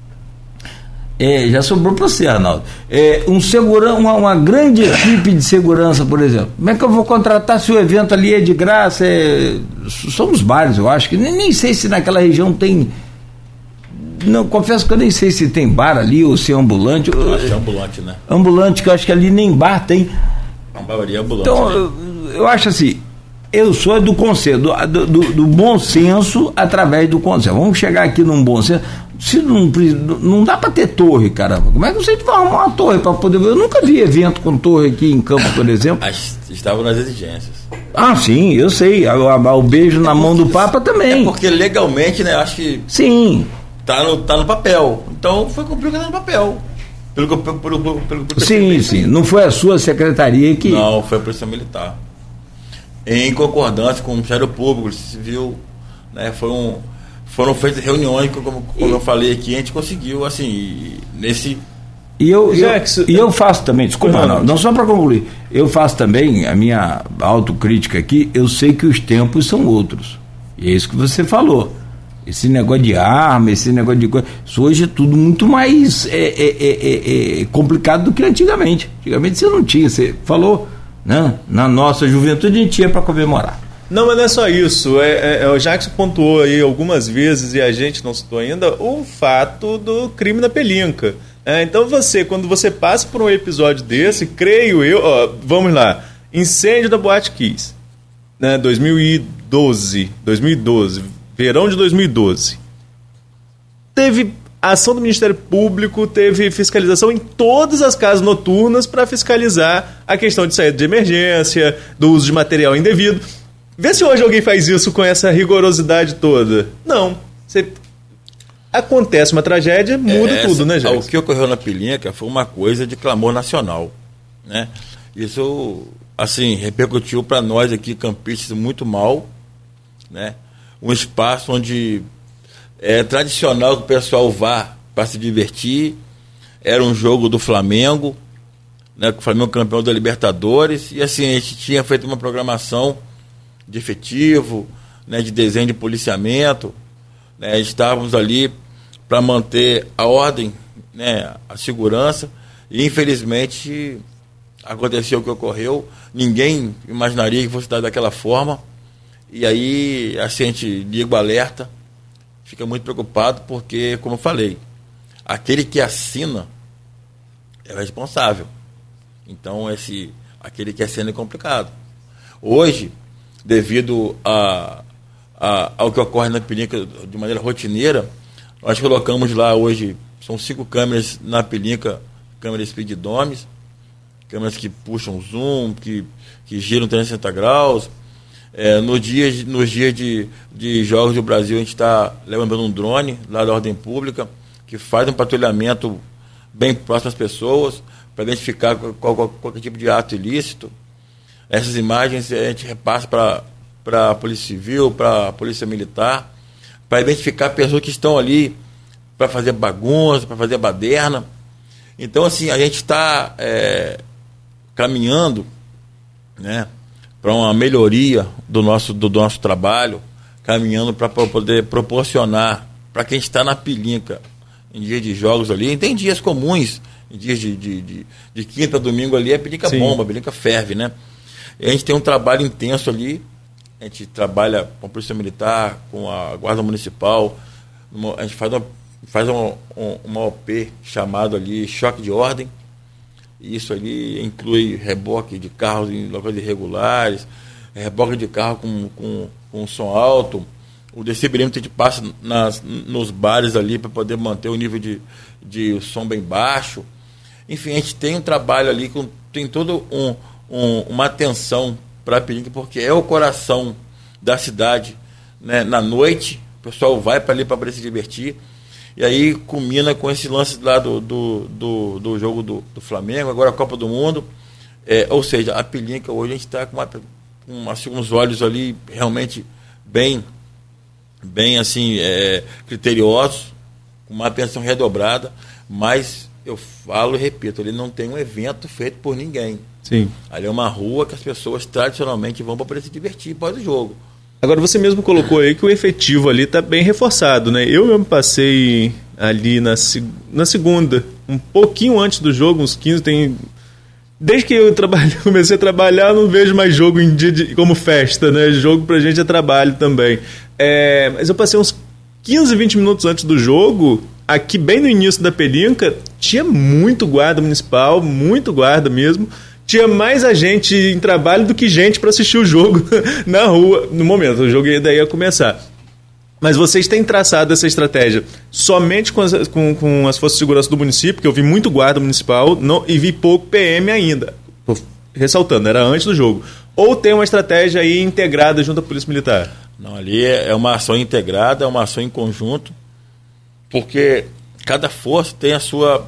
Já sobrou para você, Arnaldo. Uma grande equipe de segurança, por exemplo. Como é que eu vou contratar se o evento ali é de graça? Somos vários, eu acho que nem sei se naquela região tem Não, confesso que eu nem sei se tem bar ali ou se é ambulante. Eu acho que é ambulante, né? Ambulante, que eu acho que ali nem bar tem. A maioria é ambulante. Então, eu acho assim, eu sou do conselho, do bom senso através do conselho. Vamos chegar aqui num bom senso. Se não dá para ter torre, caramba. Como é que você vai arrumar uma torre para poder ver? Eu nunca vi evento com torre aqui em Campos, por exemplo. Estavam nas exigências. Ah, sim, eu sei. O beijo na mão do Papa também. É porque legalmente, né, acho que... Sim. Tá no papel. Então foi cumprido no papel. Sim. Não foi a sua secretaria que... Não, foi a Polícia Militar. Em concordância com o Ministério Público, Civil, né, foram feitas reuniões, como eu falei aqui, a gente conseguiu, assim, nesse... E eu faço também, desculpa, não só para concluir, eu faço também a minha autocrítica aqui, eu sei que os tempos são outros. E é isso que você falou. Esse negócio de arma, esse negócio de coisa, isso hoje é tudo muito mais complicado do que antigamente. Antigamente você não tinha, você falou, né? Na nossa juventude a gente tinha para comemorar. Não, mas não é só isso. O Jackson pontuou aí algumas vezes, e a gente não citou ainda, o fato do crime na Pelinca. Então quando você passa por um episódio desse, creio eu, vamos lá, incêndio da Boate Kiss, né, 2012, verão de 2012. Teve ação do Ministério Público, teve fiscalização em todas as casas noturnas para fiscalizar a questão de saída de emergência, do uso de material indevido. Vê se hoje alguém faz isso com essa rigorosidade toda. Não. Acontece uma tragédia, muda tudo, né, gente? O que ocorreu na Pelinca foi uma coisa de clamor nacional, né? Isso, assim, repercutiu para nós aqui, campistas, muito mal, né? Um espaço onde é tradicional que o pessoal vá para se divertir. Era um jogo do Flamengo, né? O Flamengo campeão da Libertadores, e assim, a gente tinha feito uma programação de efetivo, né, de desenho de policiamento, né, estávamos ali para manter a ordem, né, a segurança, e infelizmente aconteceu o que ocorreu. Ninguém imaginaria que fosse dar daquela forma, e aí assim, a gente liga o alerta, fica muito preocupado, porque, como eu falei, aquele que assina é o responsável. Então aquele que assina é complicado. Hoje, devido ao que ocorre na Pelinca de maneira rotineira, nós colocamos lá hoje, são 5 câmeras na Pelinca, câmeras speedometers, câmeras que puxam zoom, que giram 360 graus. Nos dias de Jogos do Brasil, a gente está levantando um drone lá da Ordem Pública, que faz um patrulhamento bem próximo às pessoas, para identificar qualquer tipo de ato ilícito. Essas imagens a gente repassa para a Polícia Civil, para a Polícia Militar, para identificar pessoas que estão ali para fazer bagunça, para fazer baderna. Então, assim, a gente está caminhando, né, para uma melhoria do nosso trabalho, caminhando para poder proporcionar para quem está na Pelinca em dias de jogos ali. Tem dias comuns, em dias de quinta a domingo ali, a Pelinca bomba, a Pelinca ferve, né? E a gente tem um trabalho intenso ali, a gente trabalha com a Polícia Militar, com a Guarda Municipal, a gente faz uma OP chamado ali Choque de Ordem, e isso ali inclui reboque de carros em locais irregulares, reboque de carro com som alto, o deciberímetro a gente passa nos bares ali para poder manter o nível de som bem baixo. Enfim, a gente tem um trabalho ali, tem todo uma atenção para a Pelinca, porque é o coração da cidade, né? Na noite, o pessoal vai para ali para poder se divertir, e aí culmina com esse lance lá do jogo do Flamengo, agora a Copa do Mundo. Ou seja, a Pelinca hoje a gente está com uns olhos ali realmente bem assim, criteriosos, com uma atenção redobrada, mas eu falo e repito, ele não tem um evento feito por ninguém. Sim. Ali é uma rua que as pessoas tradicionalmente vão para poder se divertir após o jogo. Agora, você mesmo colocou aí que o efetivo ali está bem reforçado, né? Eu mesmo passei ali na segunda, um pouquinho antes do jogo, uns 15, desde que eu comecei a trabalhar, não vejo mais jogo em dia como festa, né? Jogo pra gente é trabalho também. Mas eu passei uns 15, 20 minutos antes do jogo, aqui bem no início da Pelinca, tinha muito guarda municipal, muito guarda mesmo. Tinha mais agente em trabalho do que gente para assistir o jogo na rua no momento. O jogo daí ia começar. Mas vocês têm traçado essa estratégia somente com as forças de segurança do município, porque eu vi muito guarda municipal e vi pouco PM ainda. Tô ressaltando, era antes do jogo. Ou tem uma estratégia aí integrada junto à Polícia Militar? Não, ali é uma ação integrada, é uma ação em conjunto, porque cada força tem a sua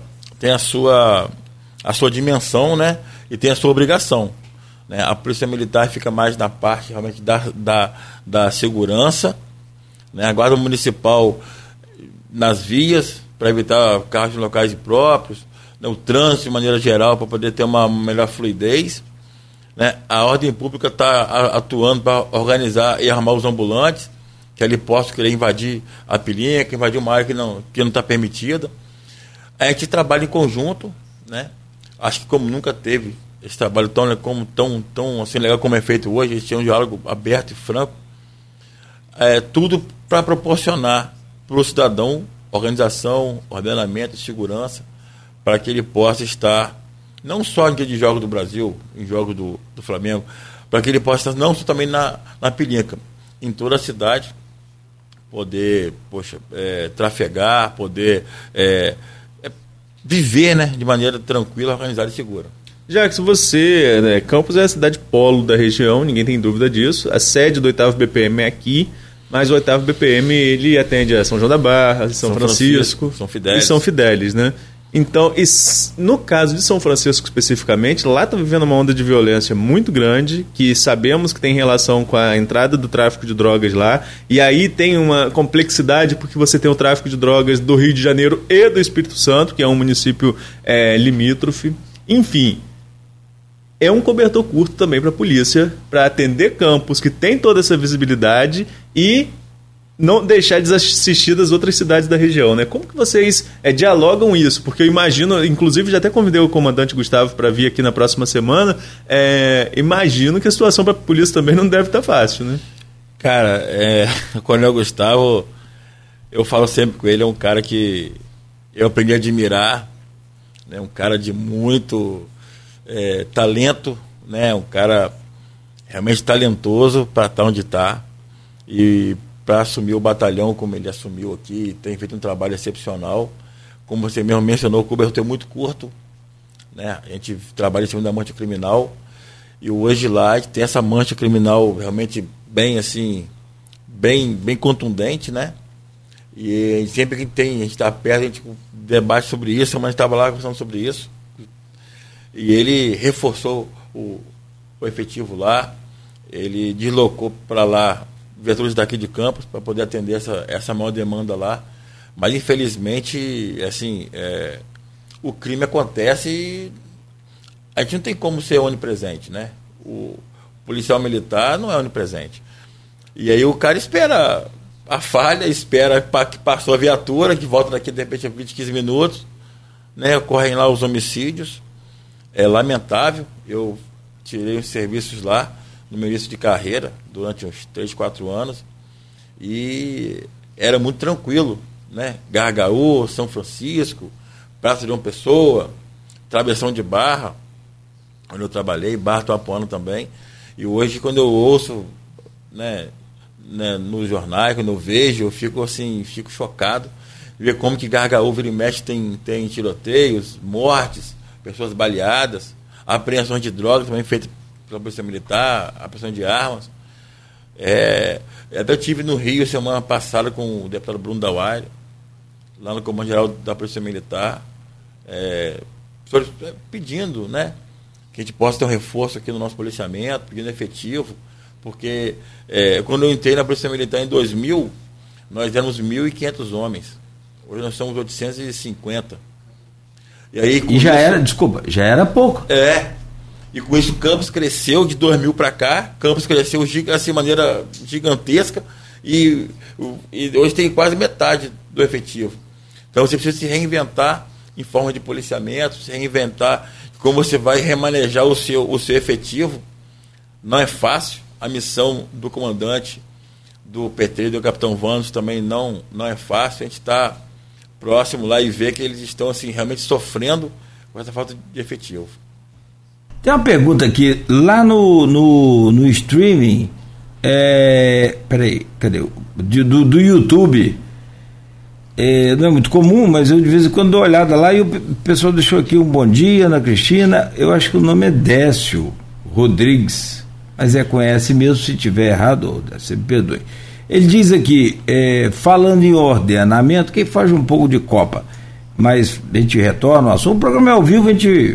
dimensão, né? E tem a sua obrigação, né? A Polícia Militar fica mais na parte realmente da segurança, né? A Guarda Municipal nas vias, para evitar carros em locais impróprios, né? O trânsito de maneira geral, para poder ter uma melhor fluidez, né? A Ordem Pública está atuando para organizar e armar os ambulantes, que ali possam querer invadir a Pelinca, invadir uma área que não está permitida. A gente trabalha em conjunto, né? Acho que como nunca teve esse trabalho tão assim, legal como é feito hoje, a gente tem um diálogo aberto e franco, tudo para proporcionar para o cidadão organização, ordenamento e segurança, para que ele possa estar, não só em dia de jogos do Brasil, em jogos do Flamengo, para que ele possa estar não só também na Pelinca, em toda a cidade, poder trafegar, poder viver, né, de maneira tranquila, organizada e segura. Já que Campos é a cidade polo da região, ninguém tem dúvida disso. A sede do 8º BPM é aqui, mas o 8º BPM ele atende a São João da Barra, São Francisco e São Fidélis, né? Então, no caso de São Francisco especificamente, lá está vivendo uma onda de violência muito grande, que sabemos que tem relação com a entrada do tráfico de drogas lá, e aí tem uma complexidade porque você tem o tráfico de drogas do Rio de Janeiro e do Espírito Santo, que é um município limítrofe. Enfim, é um cobertor curto também para a polícia, para atender Campos, que tem toda essa visibilidade, e não deixar desassistidas outras cidades da região, né? Como que vocês dialogam isso? Porque eu imagino, inclusive já até convidei o comandante Gustavo para vir aqui na próxima semana, imagino que a situação para a polícia também não deve estar fácil, né? Cara, o Coronel Gustavo, eu falo sempre com ele, é um cara que eu aprendi a admirar, né? Um cara de muito talento, né? Um cara realmente talentoso para estar onde está, e para assumir o batalhão como ele assumiu aqui, tem feito um trabalho excepcional. Como você mesmo mencionou, o cobertor é muito curto, né? A gente trabalha em cima da mancha criminal, e hoje lá a gente tem essa mancha criminal realmente bem assim, bem contundente, né? E sempre que a gente está perto, a gente debate sobre isso, mas a gente estava lá conversando sobre isso, e ele reforçou o efetivo lá, ele deslocou para lá viaturas daqui de Campos para poder atender essa maior demanda lá. Mas infelizmente assim, o crime acontece e a gente não tem como ser onipresente, né? O policial militar não é onipresente, e aí o cara espera a falha, espera que passou a viatura, que volta daqui de repente a 20, 15 minutos, né? Ocorrem lá os homicídios. É lamentável. Eu tirei os serviços lá no meu início de carreira, durante uns 3, 4 anos, e era muito tranquilo, né? Gargaú, São Francisco, Praça de João Pessoa, Travessão de Barra, onde eu trabalhei, Barra Tuapuana também, e hoje quando eu ouço, né, nos jornais, quando eu vejo, eu fico chocado de ver como que Gargaú, vira e mexe, tem tiroteios, mortes, pessoas baleadas, apreensões de drogas também feitas pela Polícia Militar, apreensão de armas. Até eu estive no Rio semana passada com o deputado Bruno Dauaire, lá no Comando Geral da Polícia Militar, pedindo, né, que a gente possa ter um reforço aqui no nosso policiamento, pedindo efetivo, porque quando eu entrei na Polícia Militar em 2000, nós éramos 1.500 homens. Hoje nós somos 850. E aí, já era pouco. E com isso Campos cresceu de 2000 para cá, Campos cresceu assim, de maneira gigantesca, e hoje tem quase metade do efetivo. Então você precisa se reinventar em forma de policiamento, se reinventar como você vai remanejar o seu efetivo. Não é fácil. A missão do comandante do PT e do Capitão Vanos também não é fácil. A gente está próximo lá e ver que eles estão assim, realmente sofrendo com essa falta de efetivo. Tem uma pergunta aqui, lá no streaming, peraí, cadê? Do YouTube, não é muito comum, mas eu de vez em quando dou uma olhada lá e o pessoal deixou aqui um bom dia, Ana Cristina, eu acho que o nome é Décio Rodrigues, mas conhece mesmo, se tiver errado, você me perdoe. Ele diz aqui, falando em ordenamento, quem faz um pouco de Copa, mas a gente retorna ao assunto, o programa é ao vivo, a gente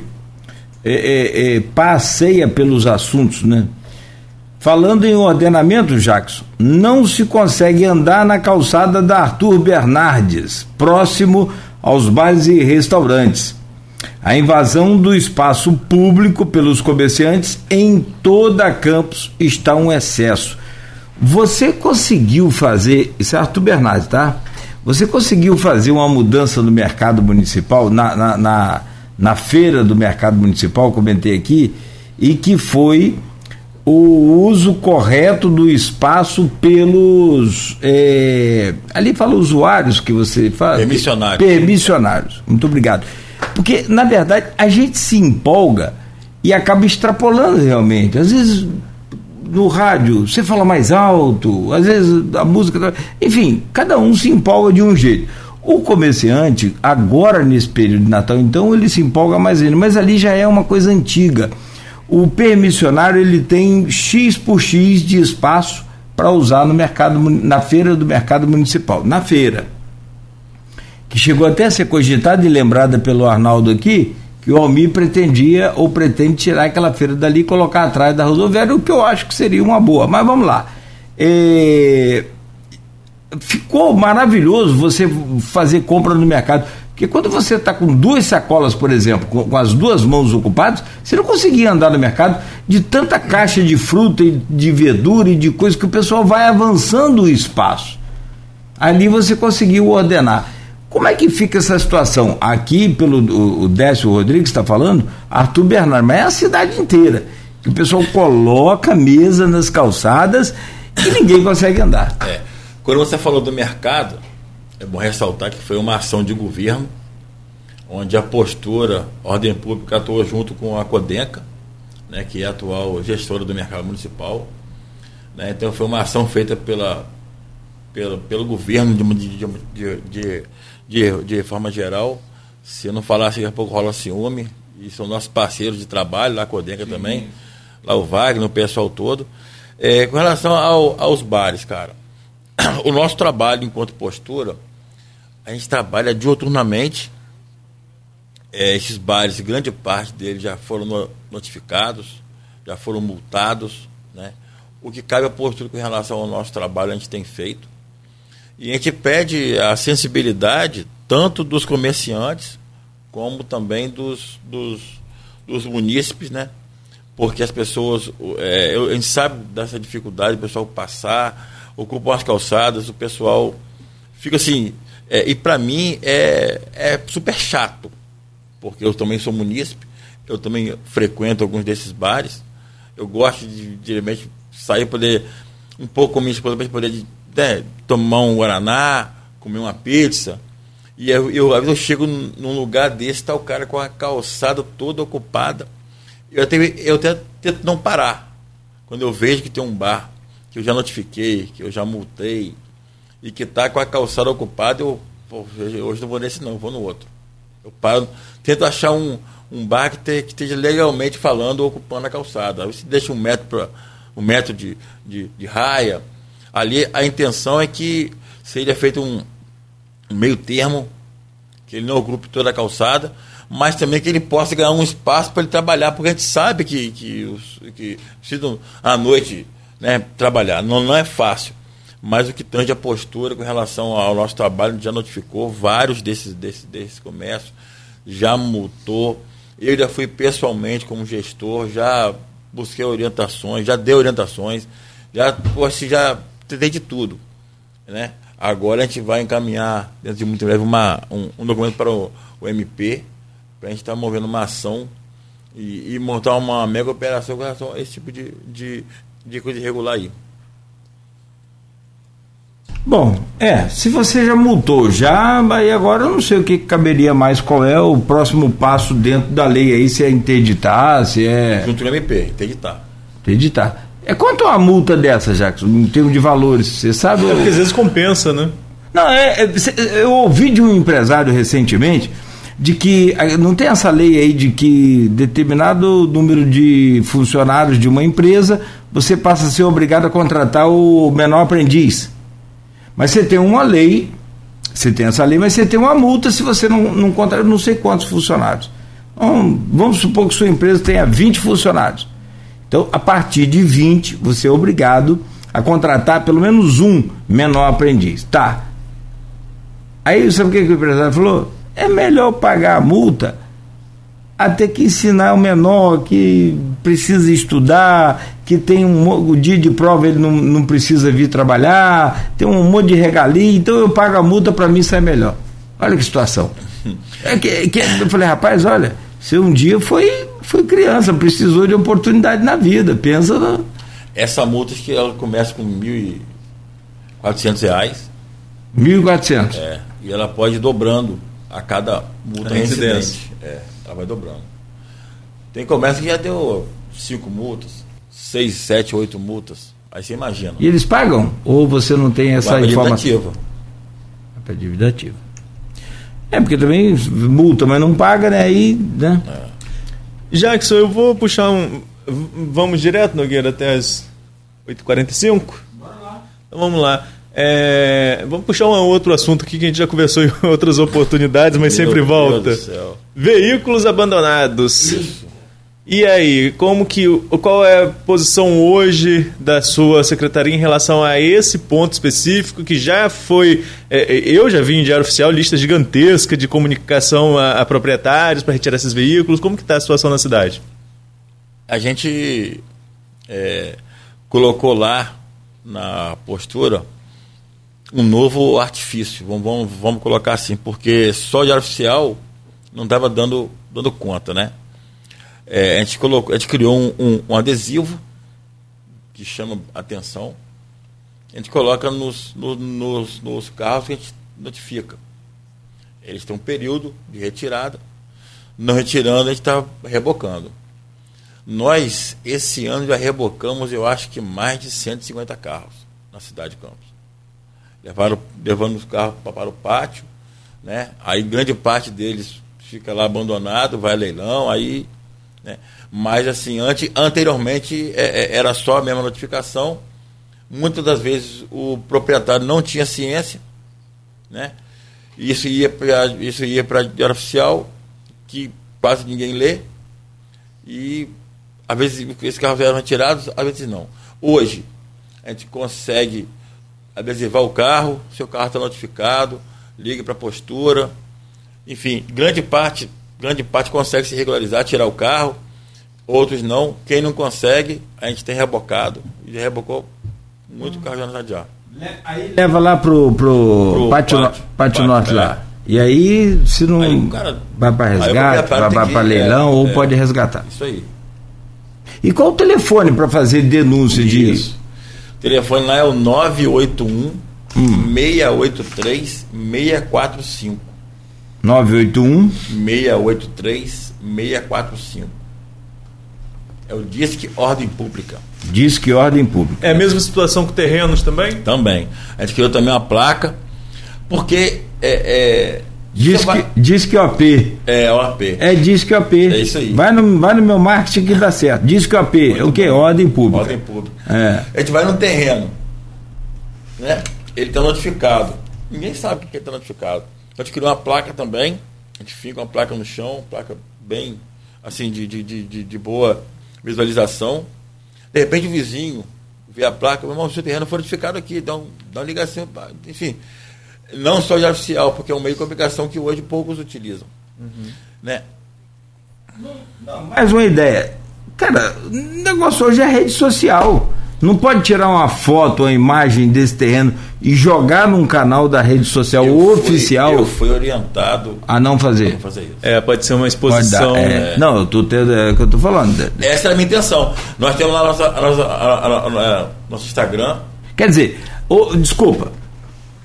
passeia pelos assuntos, né? Falando em ordenamento, Jackson, não se consegue andar na calçada da Arthur Bernardes, próximo aos bares e restaurantes. A invasão do espaço público pelos comerciantes em toda a campus está um excesso. Você conseguiu fazer, isso é Arthur Bernardes, tá? Você conseguiu fazer uma mudança no mercado municipal, na feira do mercado municipal, comentei aqui, e que foi o uso correto do espaço pelos, ali fala usuários que você fala. Permissionários. Muito obrigado. Porque, na verdade, a gente se empolga e acaba extrapolando realmente. Às vezes, no rádio, você fala mais alto, às vezes a música... Enfim, cada um se empolga de um jeito. O comerciante, agora nesse período de Natal, então, ele se empolga mais ainda, mas ali já é uma coisa antiga. O permissionário, ele tem X por X de espaço para usar no mercado, na feira do mercado municipal. Na feira, que chegou até a ser cogitada e lembrada pelo Arnaldo aqui, que o Almir pretendia ou pretende tirar aquela feira dali e colocar atrás da rodoviária, o que eu acho que seria uma boa. Mas vamos lá. Ficou maravilhoso você fazer compra no mercado. Porque quando você está com 2 sacolas, por exemplo, com as 2 mãos ocupadas, você não conseguia andar no mercado de tanta caixa de fruta e de verdura e de coisa que o pessoal vai avançando o espaço. Ali você conseguiu ordenar. Como é que fica essa situação? Aqui, pelo o Décio Rodrigues está falando, Arthur Bernardes, mas é a cidade inteira, que o pessoal coloca mesa nas calçadas e ninguém consegue andar. Quando você falou do mercado, é bom ressaltar que foi uma ação de governo, onde a postura, Ordem Pública, atuou junto com a Codenca, né, que é a atual gestora do mercado municipal, né, então foi uma ação feita pelo governo de forma geral. Se eu não falasse, daqui a pouco rola ciúme, e são nossos parceiros de trabalho, lá a Codenca também, lá o Wagner, o pessoal todo. Com relação aos bares, cara, o nosso trabalho enquanto postura, a gente trabalha diuturnamente. Esses bares, grande parte deles já foram notificados, já foram multados, né? O que cabe à postura com relação ao nosso trabalho, a gente tem feito. E a gente pede a sensibilidade tanto dos comerciantes como também dos munícipes, né? Porque as pessoas, a gente sabe dessa dificuldade, o pessoal passar, ocupam as calçadas, o pessoal fica assim, e para mim é super chato, porque eu também sou munícipe, eu também frequento alguns desses bares, eu gosto de realmente sair, poder um pouco com minha esposa, para poder tomar um guaraná, comer uma pizza, e às vezes eu chego num lugar desse, está o cara com a calçada toda ocupada, eu até tento não parar, quando eu vejo que tem um bar que eu já notifiquei, que eu já multei, e que está com a calçada ocupada, hoje não vou nesse não, vou no outro. Eu paro, tento achar um bar que esteja legalmente falando, ocupando a calçada. Aí você deixa um metro de raia. Ali a intenção é que seja feito um meio termo, que ele não ocupe toda a calçada, mas também que ele possa ganhar um espaço para ele trabalhar, porque a gente sabe que precisam à noite, né, trabalhar. Não é fácil. Mas o que tange a postura com relação ao nosso trabalho, a gente já notificou vários desses comércios, já multou. Eu já fui pessoalmente como gestor, já busquei orientações, já dei orientações, já tentei de tudo, né? Agora a gente vai encaminhar, dentro de muito breve, um documento para o MP, para a gente estar movendo uma ação e montar uma mega operação com relação a esse tipo de coisa irregular aí. Bom, se você já multou, aí agora eu não sei o que caberia mais, qual é o próximo passo dentro da lei aí, se é interditar, se é... Junto com o MP, interditar. Quanto é uma multa dessa, Jackson, em termos de valores, você sabe? Porque às vezes compensa, né? Não, eu ouvi de um empresário recentemente de que não tem essa lei aí de que determinado número de funcionários de uma empresa você passa a ser obrigado a contratar o menor aprendiz. Mas você tem uma lei, você tem essa lei, mas você tem uma multa se você não contratar não sei quantos funcionários. Então, vamos supor que sua empresa tenha 20 funcionários. Então, a partir de 20, você é obrigado a contratar pelo menos um menor aprendiz. Tá. Aí, sabe o que o empresário falou? É melhor pagar a multa a ter que ensinar o menor que precisa estudar, que tem o dia de prova ele não precisa vir trabalhar, tem um monte de regalia, então eu pago a multa, para mim sai melhor. Olha que situação. Eu falei, rapaz, olha, você um dia foi criança, precisou de oportunidade na vida, pensa Essa multa que ela começa com R$ 1.400. 1.400. E ela pode ir dobrando a cada multa reincidente. Ela vai dobrando. Tem comércio que já deu 5 multas, 6, 7, 8 multas. Aí você imagina. E eles pagam? Ou você não tem essa informação? A dívida ativa. Porque também multa, mas não paga, né? Aí, né? Jackson, eu vou puxar vamos direto, Nogueira, até as 8h45? Bora lá. Então vamos lá. Vamos puxar um outro assunto aqui que a gente já conversou em outras oportunidades, mas sempre volta. Veículos abandonados. Isso. E aí, qual é a posição hoje da sua secretaria em relação a esse ponto específico que já foi... eu já vi em Diário Oficial lista gigantesca de comunicação a proprietários para retirar esses veículos. Como que está a situação na cidade? A gente colocou lá na postura um novo artifício, vamos colocar assim, porque só o Diário Oficial não estava dando conta, né? A gente criou um adesivo que chama atenção, a gente coloca nos carros que a gente notifica. Eles têm um período de retirada, não retirando, a gente está rebocando. Nós, esse ano, já rebocamos, eu acho que mais de 150 carros na cidade de Campos. Levando os carros para o pátio, né? Aí grande parte deles fica lá abandonado, vai a leilão, aí, né? Mas assim, anteriormente era só a mesma notificação. Muitas das vezes o proprietário não tinha ciência, né? Isso ia para Diário Oficial, que quase ninguém lê, e às vezes esses carros eram retirados, às vezes não. Hoje a gente consegue adesivar o carro, seu carro está notificado, liga para a postura, enfim, grande parte consegue se regularizar, tirar o carro, outros não. Quem não consegue, a gente tem rebocado, e já rebocou muito carro já na já. Aí leva lá pro pátio norte lá. E aí, se não aí o cara, vai para resgate, vai para leilão, ou pode resgatar. Isso aí. E qual o telefone para fazer denúncia disso? O telefone lá é o 981 683 645. 981 683 645. É o Disque Ordem Pública. Disque Ordem Pública. É a mesma situação com terrenos também? Também. A gente criou também uma placa, porque Disque OP. OP. Disque OP. É isso aí. Vai no meu marketing que dá certo. Disque OP. É o quê? Ordem Pública. Ordem Pública. A gente vai no terreno, né? Ele está notificado. Ninguém sabe o que ele está notificado. A gente criou uma placa também. A gente fica uma placa no chão, placa bem assim de boa visualização. De repente o vizinho vê a placa, meu irmão, seu terreno foi notificado aqui, dá uma ligação, enfim. Não só de oficial, porque é um meio de comunicação que hoje poucos utilizam. Né? Mais uma ideia. Cara, o negócio hoje é rede social. Não pode tirar uma foto, uma imagem desse terreno e jogar num canal da rede social oficial. Eu fui orientado a não fazer. Isso. Pode ser uma exposição. Não, eu tô tendo, é o que eu tô falando. Essa é a minha intenção. Nós temos lá nosso Instagram. Quer dizer, desculpa,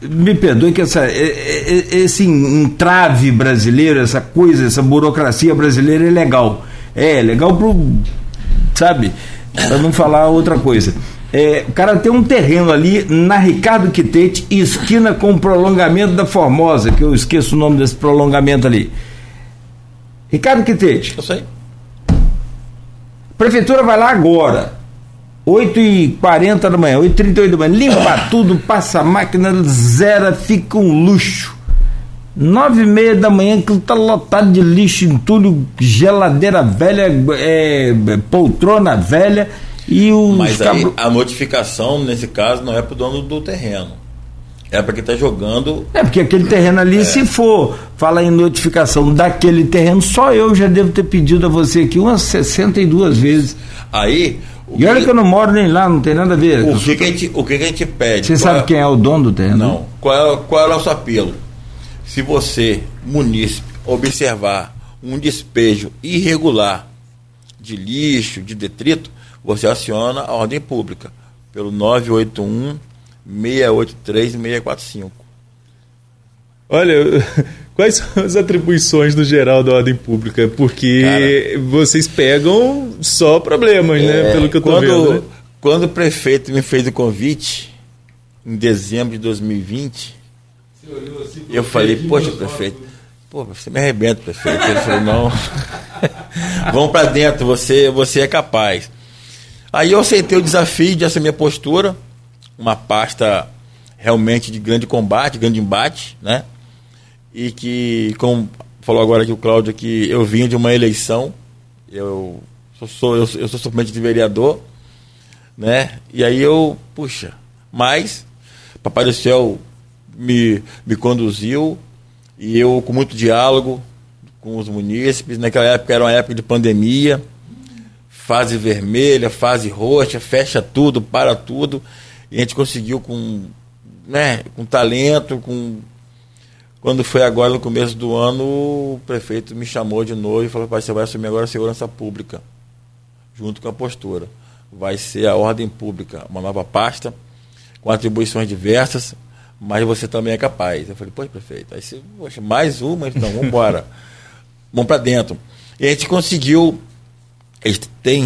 me perdoe que esse entrave brasileiro, essa coisa, essa burocracia brasileira é legal. É legal sabe, para não falar outra coisa. O cara tem um terreno ali na Ricardo Quitete, esquina com o prolongamento da Formosa, que eu esqueço o nome desse prolongamento ali. Ricardo Quitete. Eu sei. A prefeitura vai lá agora, 8h40 da manhã, 8h38 da manhã, limpa tudo, passa a máquina, zera, fica um luxo. 9h30 da manhã, aquilo tá lotado de lixo, entulho, geladeira velha, poltrona velha. Mas aí a notificação, nesse caso, não é para o dono do terreno. É para quem está jogando. Porque aquele terreno ali, se for falar em notificação daquele terreno, só eu já devo ter pedido a você aqui umas 62 vezes. Aí. E olha que eu não moro nem lá, não tem nada a ver. O que a gente pede? Você sabe quem é o dono do terreno? Não. Qual é o nosso apelo? Se você, munícipe, observar um despejo irregular de lixo, de detrito, você aciona a ordem pública pelo 981-683-645. Olha, quais são as atribuições do geral da ordem pública? Porque vocês pegam só problemas, né? Pelo que eu tô vendo. Né? Quando o prefeito me fez o convite, em dezembro de 2020, eu falei, poxa, prefeito, você me arrebenta, prefeito. Ele falou, não, vamos para dentro, você é capaz. Aí eu aceitei o desafio de assumir a postura, uma pasta realmente de grande combate, grande embate, né? E que, como falou agora aqui o Cláudio, que eu vim de uma eleição, eu sou suplente de vereador, né? E aí mas Papai do Céu me conduziu, e eu, com muito diálogo com os munícipes, naquela época era uma época de pandemia, fase vermelha, fase roxa, fecha tudo, para tudo, e a gente conseguiu com talento, quando foi agora no começo do ano, o prefeito me chamou de novo e falou, pai, você vai assumir agora a segurança pública, junto com a postura. Vai ser a ordem pública, uma nova pasta, com atribuições diversas, mas você também é capaz. Eu falei, prefeito, aí mais uma, então, vamos embora. Vamos para dentro. E a gente conseguiu. A gente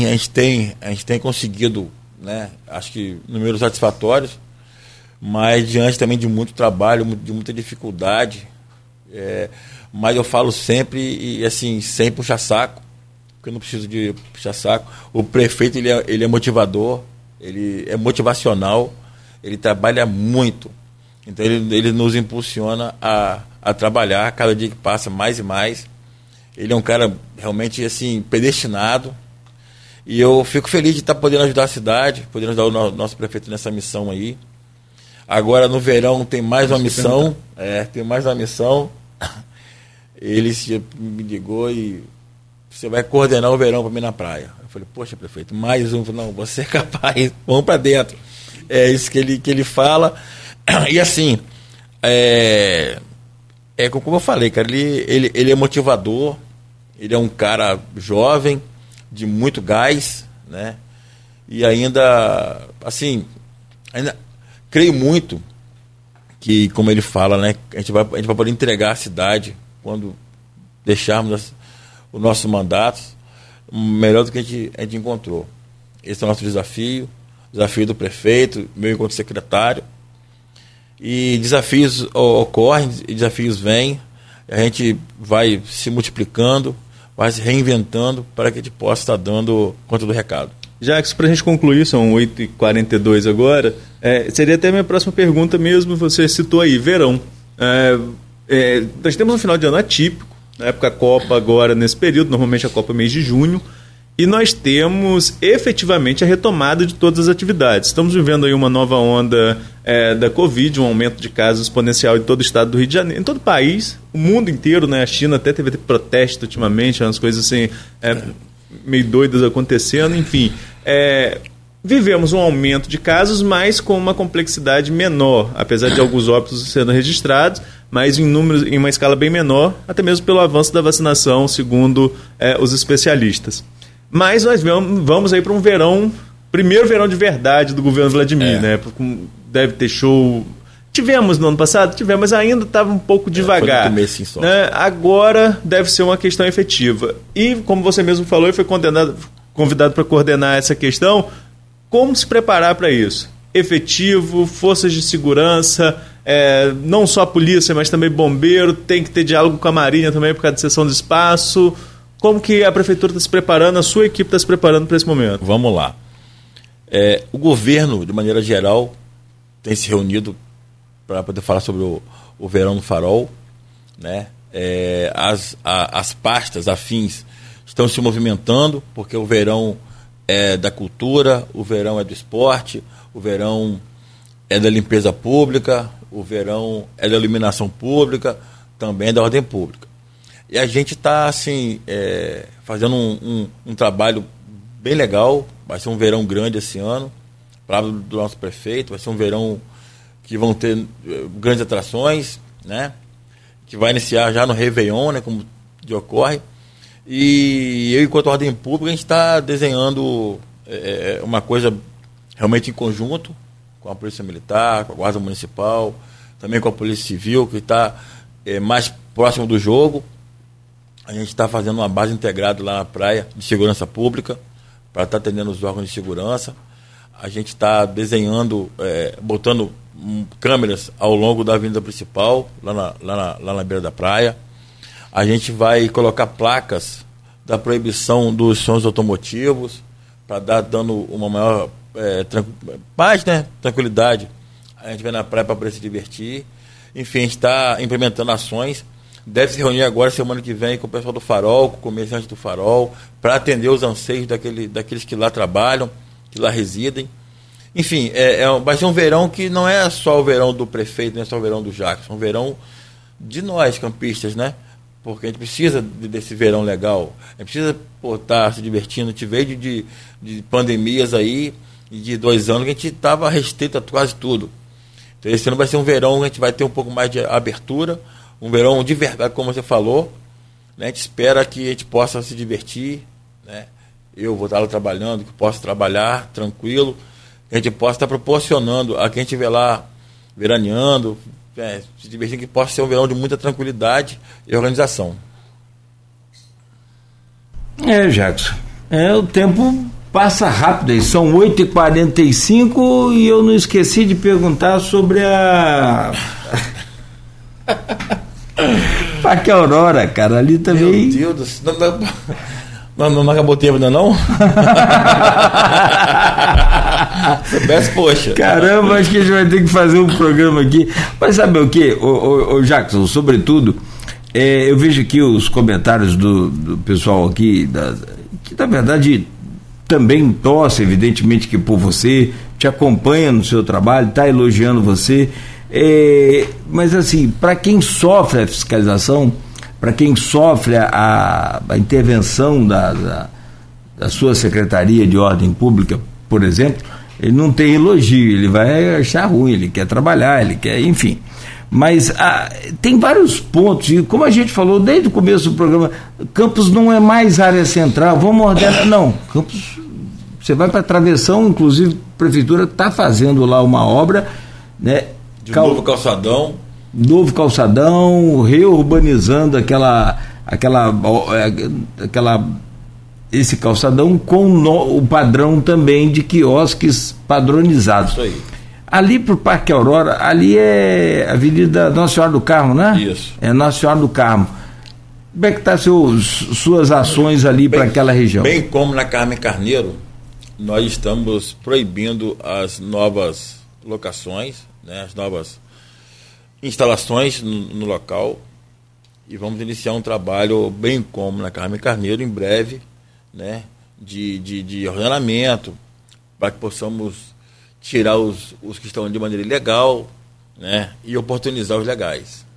tem conseguido, né, acho que números satisfatórios, mas diante também de muito trabalho, de muita dificuldade, mas eu falo sempre, e assim, sem puxar saco, porque eu não preciso de puxar saco. O prefeito, ele é motivador, ele é motivacional, ele trabalha muito, então ele nos impulsiona a trabalhar cada dia que passa mais e mais. Ele é um cara realmente assim, predestinado. E eu fico feliz de estar podendo ajudar a cidade, podendo ajudar o nosso prefeito nessa missão aí. Agora, no verão, tem mais uma missão. Tem mais uma missão. Ele me ligou e você vai coordenar o verão para mim na praia. Eu falei, poxa, prefeito, mais um. Não, você é capaz, vamos para dentro. É isso que ele fala. E assim, como eu falei, cara, ele é motivador, ele é um cara jovem, de muito gás, né? E ainda creio muito que, como ele fala, né, a gente vai poder entregar a cidade quando deixarmos os nossos mandatos melhor do que a gente encontrou. Esse é o nosso desafio do prefeito, meu enquanto secretário. E desafios ocorrem, desafios vêm, a gente vai se multiplicando, vai se reinventando para que a gente possa estar dando conta do recado. Jackson, para a gente concluir, são 8h42 agora, seria até a minha próxima pergunta mesmo, você citou aí, verão. Nós temos um final de ano atípico, na época da Copa agora, nesse período, normalmente a Copa é mês de junho, e nós temos efetivamente a retomada de todas as atividades. Estamos vivendo aí uma nova onda da Covid, um aumento de casos exponencial em todo o estado do Rio de Janeiro, em todo o país, o mundo inteiro, né? A China até teve protesto ultimamente, umas coisas assim meio doidas acontecendo, enfim. Vivemos um aumento de casos, mas com uma complexidade menor, apesar de alguns óbitos sendo registrados, mas em uma escala bem menor, até mesmo pelo avanço da vacinação, segundo os especialistas. Mas nós vamos aí para um verão, primeiro verão de verdade do governo Vladimir, né? Deve ter show Tivemos no ano passado? Tivemos, mas ainda estava um pouco devagar. Foi no começo, sim, só. Né? Agora deve ser uma questão efetiva. E, como você mesmo falou, e foi convidado para coordenar essa questão, como se preparar para isso? Efetivo, forças de segurança, não só a polícia, mas também bombeiro, tem que ter diálogo com a Marinha também por causa de cessão de espaço. Como que a prefeitura está se preparando, a sua equipe está se preparando para esse momento? Vamos lá. O governo, de maneira geral, tem se reunido para poder falar sobre o verão no Farol, né? As pastas afins estão se movimentando, porque o verão é da cultura, o verão é do esporte, o verão é da limpeza pública, o verão é da iluminação pública, também é da ordem pública. E a gente está assim, fazendo um trabalho bem legal. Vai ser um verão grande esse ano, palavra do nosso prefeito, vai ser um verão que vão ter grandes atrações, né? Que vai iniciar já no Réveillon, né? Como ocorre. E eu, enquanto ordem pública, a gente está desenhando uma coisa realmente em conjunto com a Polícia Militar, com a Guarda Municipal, também com a Polícia Civil, que está mais próximo do jogo. A gente está fazendo uma base integrada lá na praia de segurança pública para estar atendendo os órgãos de segurança. A gente está desenhando, botando câmeras ao longo da avenida principal, lá na beira da praia. A gente vai colocar placas da proibição dos sons automotivos para dando uma maior paz, né? Tranquilidade. A gente vai na praia para poder se divertir. Enfim, a gente está implementando ações. Deve se reunir agora, semana que vem, com o pessoal do Farol, com o comerciante do Farol, para atender os anseios daqueles que lá trabalham, que lá residem. Enfim, vai ser um verão que não é só o verão do prefeito, não é só o verão do Jackson, é um verão de nós, campistas, né? Porque a gente precisa desse verão legal, a gente precisa estar se divertindo. A gente veio de pandemias aí, e de 2 anos que a gente estava restrito a quase tudo. Então esse ano vai ser um verão que a gente vai ter um pouco mais de abertura, um verão de verdade, como você falou, né? A gente espera que a gente possa se divertir, né? Eu vou estar lá trabalhando, que possa trabalhar tranquilo, que a gente possa estar proporcionando a quem estiver lá veraneando, se divertindo, que possa ser um verão de muita tranquilidade e organização. Jackson, o tempo passa rápido aí, são 8h45 e eu não esqueci de perguntar sobre a Parque Aurora, cara, ali também. Meu Deus do céu, não acabou o tempo ainda não? Poxa. Caramba, acho que a gente vai ter que fazer um programa aqui. Mas sabe o que, o Jackson, sobretudo, eu vejo aqui os comentários do pessoal aqui, que na verdade também torce, evidentemente, que por você, te acompanha no seu trabalho, está elogiando você. Mas assim, para quem sofre a fiscalização, para quem sofre a intervenção da sua Secretaria de Ordem Pública, por exemplo, ele não tem elogio, ele vai achar ruim, ele quer trabalhar, ele quer, enfim. Mas tem vários pontos, e como a gente falou desde o começo do programa, Campos não é mais área central, vamos ordenar, não, Campos, você vai para a Travessão, inclusive a Prefeitura está fazendo lá uma obra, né? Novo calçadão, reurbanizando esse calçadão com o padrão também de quiosques padronizados. Isso aí. Ali pro Parque Aurora, ali é a Avenida Nossa Senhora do Carmo, né? Isso. É Nossa Senhora do Carmo. Como é que tá suas ações ali para aquela região? Bem como na Carmen Carneiro, nós estamos proibindo as novas locações, né, as novas instalações no local, e vamos iniciar um trabalho, bem como na Carmen Carneiro, em breve, né, de ordenamento, para que possamos tirar os que estão de maneira ilegal, né, e oportunizar os legais.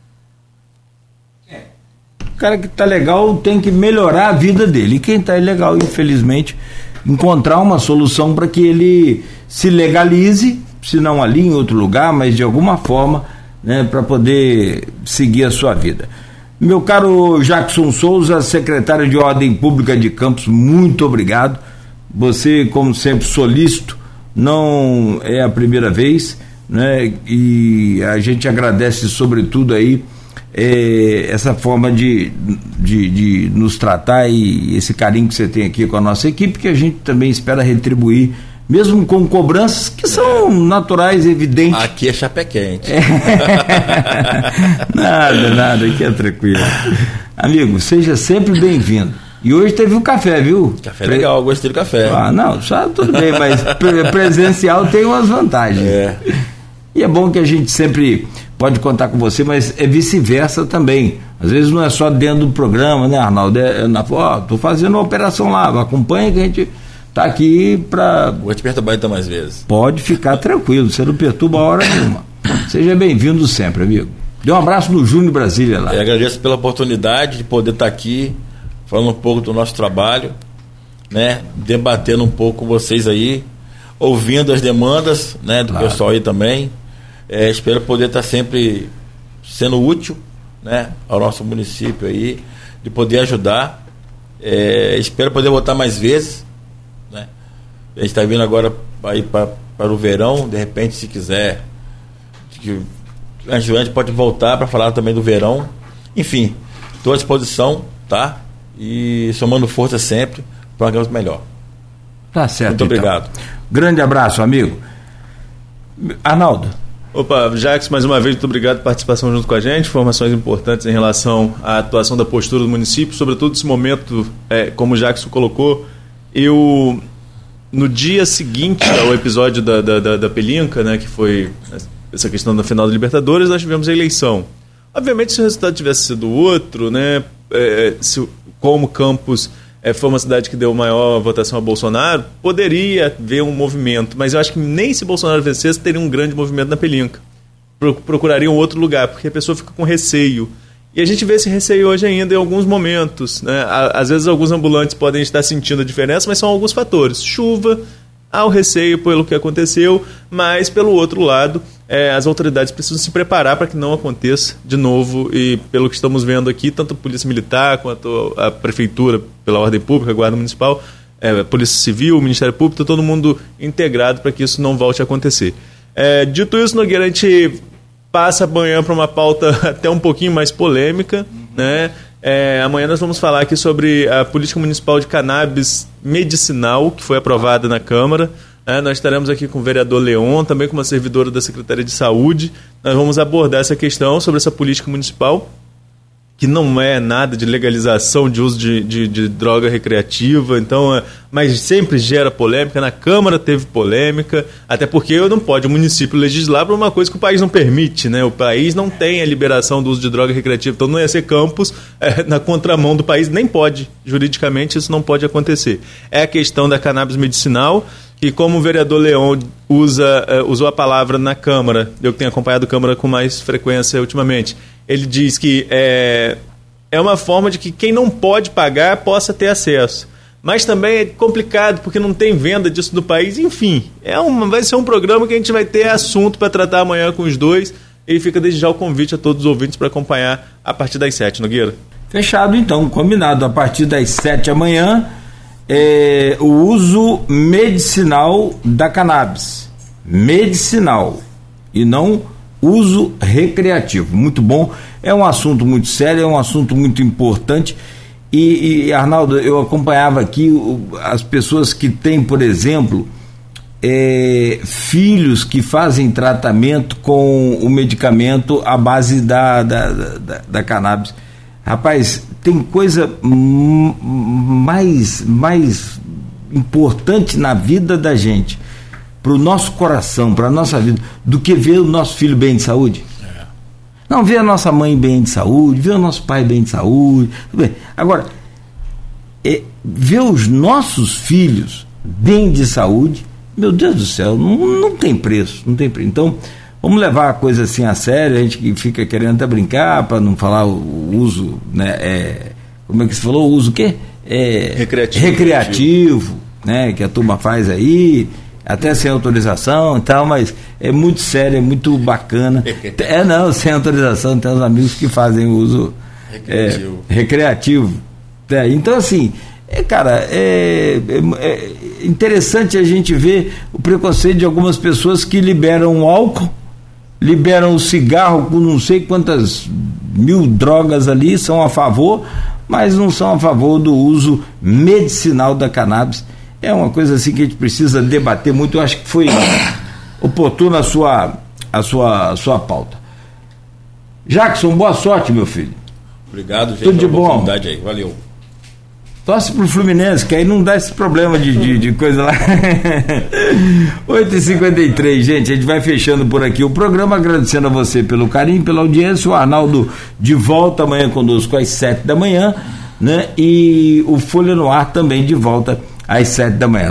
O cara que está legal tem que melhorar a vida dele, e quem está ilegal, infelizmente, encontrar uma solução para que ele se legalize, se não ali em outro lugar, mas de alguma forma, né, para poder seguir a sua vida. Meu caro Jackson Souza, secretário de Ordem Pública de Campos, muito obrigado. Você, como sempre, solícito, não é a primeira vez. né? E a gente agradece sobretudo aí essa forma de nos tratar e esse carinho que você tem aqui com a nossa equipe, que a gente também espera retribuir, mesmo com cobranças que são naturais e evidentes. Aqui é chapé quente. Nada, aqui é tranquilo. Amigo, seja sempre bem-vindo. E hoje teve um café, viu? Café legal, gostei do café. Não, só tudo bem, mas presencial tem umas vantagens. E é bom que a gente sempre pode contar com você, mas é vice-versa também. Às vezes não é só dentro do programa, né, Arnaldo? Tô fazendo uma operação lá, acompanha que a gente tá aqui para... Vou te perturbar então mais vezes. Pode ficar tranquilo, você não perturba a hora nenhuma. Seja bem-vindo sempre, amigo. Dê um abraço no Júnior Brasília lá. Eu agradeço pela oportunidade de poder estar aqui, falando um pouco do nosso trabalho, né, debatendo um pouco com vocês aí, ouvindo as demandas, né, do pessoal aí também. Espero poder estar sempre sendo útil, né, ao nosso município aí, de poder ajudar. Espero poder voltar mais vezes, né. A gente está vindo agora aí para o verão, de repente, se quiser, a gente pode voltar para falar também do verão. Enfim, estou à disposição, tá? E somando força sempre para um negócio melhor. Tá certo. Muito obrigado. Grande abraço, amigo. Arnaldo. Opa, Jackson, mais uma vez, muito obrigado pela participação junto com a gente. Informações importantes em relação à atuação da postura do município, sobretudo nesse momento, como o Jackson colocou. No dia seguinte ao episódio da Pelinca, né, que foi essa questão da final da Libertadores, nós tivemos a eleição. Obviamente, se o resultado tivesse sido outro, né, como Campos foi uma cidade que deu maior votação a Bolsonaro, poderia haver um movimento, mas eu acho que nem se Bolsonaro vencesse, teria um grande movimento na Pelinca. Procurariam outro lugar, porque a pessoa fica com receio. E a gente vê esse receio hoje ainda em alguns momentos, né? Às vezes alguns ambulantes podem estar sentindo a diferença, mas são alguns fatores. Chuva, há o receio pelo que aconteceu, mas pelo outro lado, as autoridades precisam se preparar para que não aconteça de novo, e pelo que estamos vendo aqui, tanto a Polícia Militar quanto a Prefeitura, pela Ordem Pública, a Guarda Municipal, a Polícia Civil, o Ministério Público, todo mundo integrado para que isso não volte a acontecer. Dito isso, Nogueira, a gente passa amanhã para uma pauta até um pouquinho mais polêmica, né? Amanhã nós vamos falar aqui sobre a política municipal de cannabis medicinal, que foi aprovada na Câmara. Nós estaremos aqui com o vereador Leon, também com uma servidora da Secretaria de Saúde. Nós vamos abordar essa questão sobre essa política municipal, que não é nada de legalização de uso de droga recreativa, então, mas sempre gera polêmica. Na Câmara teve polêmica, até porque não pode o município legislar para uma coisa que o país não permite, né? O país não tem a liberação do uso de droga recreativa, então não ia ser Campos na contramão do país, nem pode, juridicamente isso não pode acontecer. É a questão da cannabis medicinal, que como o vereador Leon usou a palavra na Câmara, eu que tenho acompanhado a Câmara com mais frequência ultimamente, ele diz que é uma forma de que quem não pode pagar possa ter acesso. Mas também é complicado porque não tem venda disso no país. Enfim, vai ser um programa que a gente vai ter assunto para tratar amanhã com os dois, e fica desde já o convite a todos os ouvintes para acompanhar a partir das 7, Nogueira. Fechado então, combinado, a partir das 7 amanhã, o uso medicinal da cannabis. Medicinal e não uso recreativo. Muito bom, é um assunto muito sério, é um assunto muito importante. E Arnaldo, eu acompanhava aqui as pessoas que têm, por exemplo, filhos que fazem tratamento com o medicamento à base da cannabis. Rapaz, tem coisa mais importante na vida da gente, para o nosso coração, para a nossa vida, do que ver o nosso filho bem de saúde. Não, ver a nossa mãe bem de saúde, ver o nosso pai bem de saúde, tudo bem. Agora, ver os nossos filhos bem de saúde, meu Deus do céu, não tem preço, não tem preço. Então, vamos levar a coisa assim a sério. A gente que fica querendo até brincar, para não falar o uso, né? Como é que você falou? O uso o quê? Recreativo, né? Que a turma faz aí, até sem autorização e tal, mas é muito sério, é muito bacana. Sem autorização, tem uns amigos que fazem uso recreativo. Então, assim, cara, é interessante a gente ver o preconceito de algumas pessoas que liberam o álcool liberam o cigarro com não sei quantas mil drogas ali, são a favor, mas não são a favor do uso medicinal da cannabis. É uma coisa assim que a gente precisa debater muito. Eu acho que foi oportuna a sua pauta. Jackson, boa sorte, meu filho. Obrigado, gente, tudo de pela bom. oportunidade aí. Valeu. Torce pro Fluminense, que aí não dá esse problema de coisa lá. 8h53, gente, a gente vai fechando por aqui o programa, agradecendo a você pelo carinho, pela audiência. O Arnaldo de volta amanhã conosco às 7 da manhã, né? E o Folha no Ar também de volta às 7 da manhã.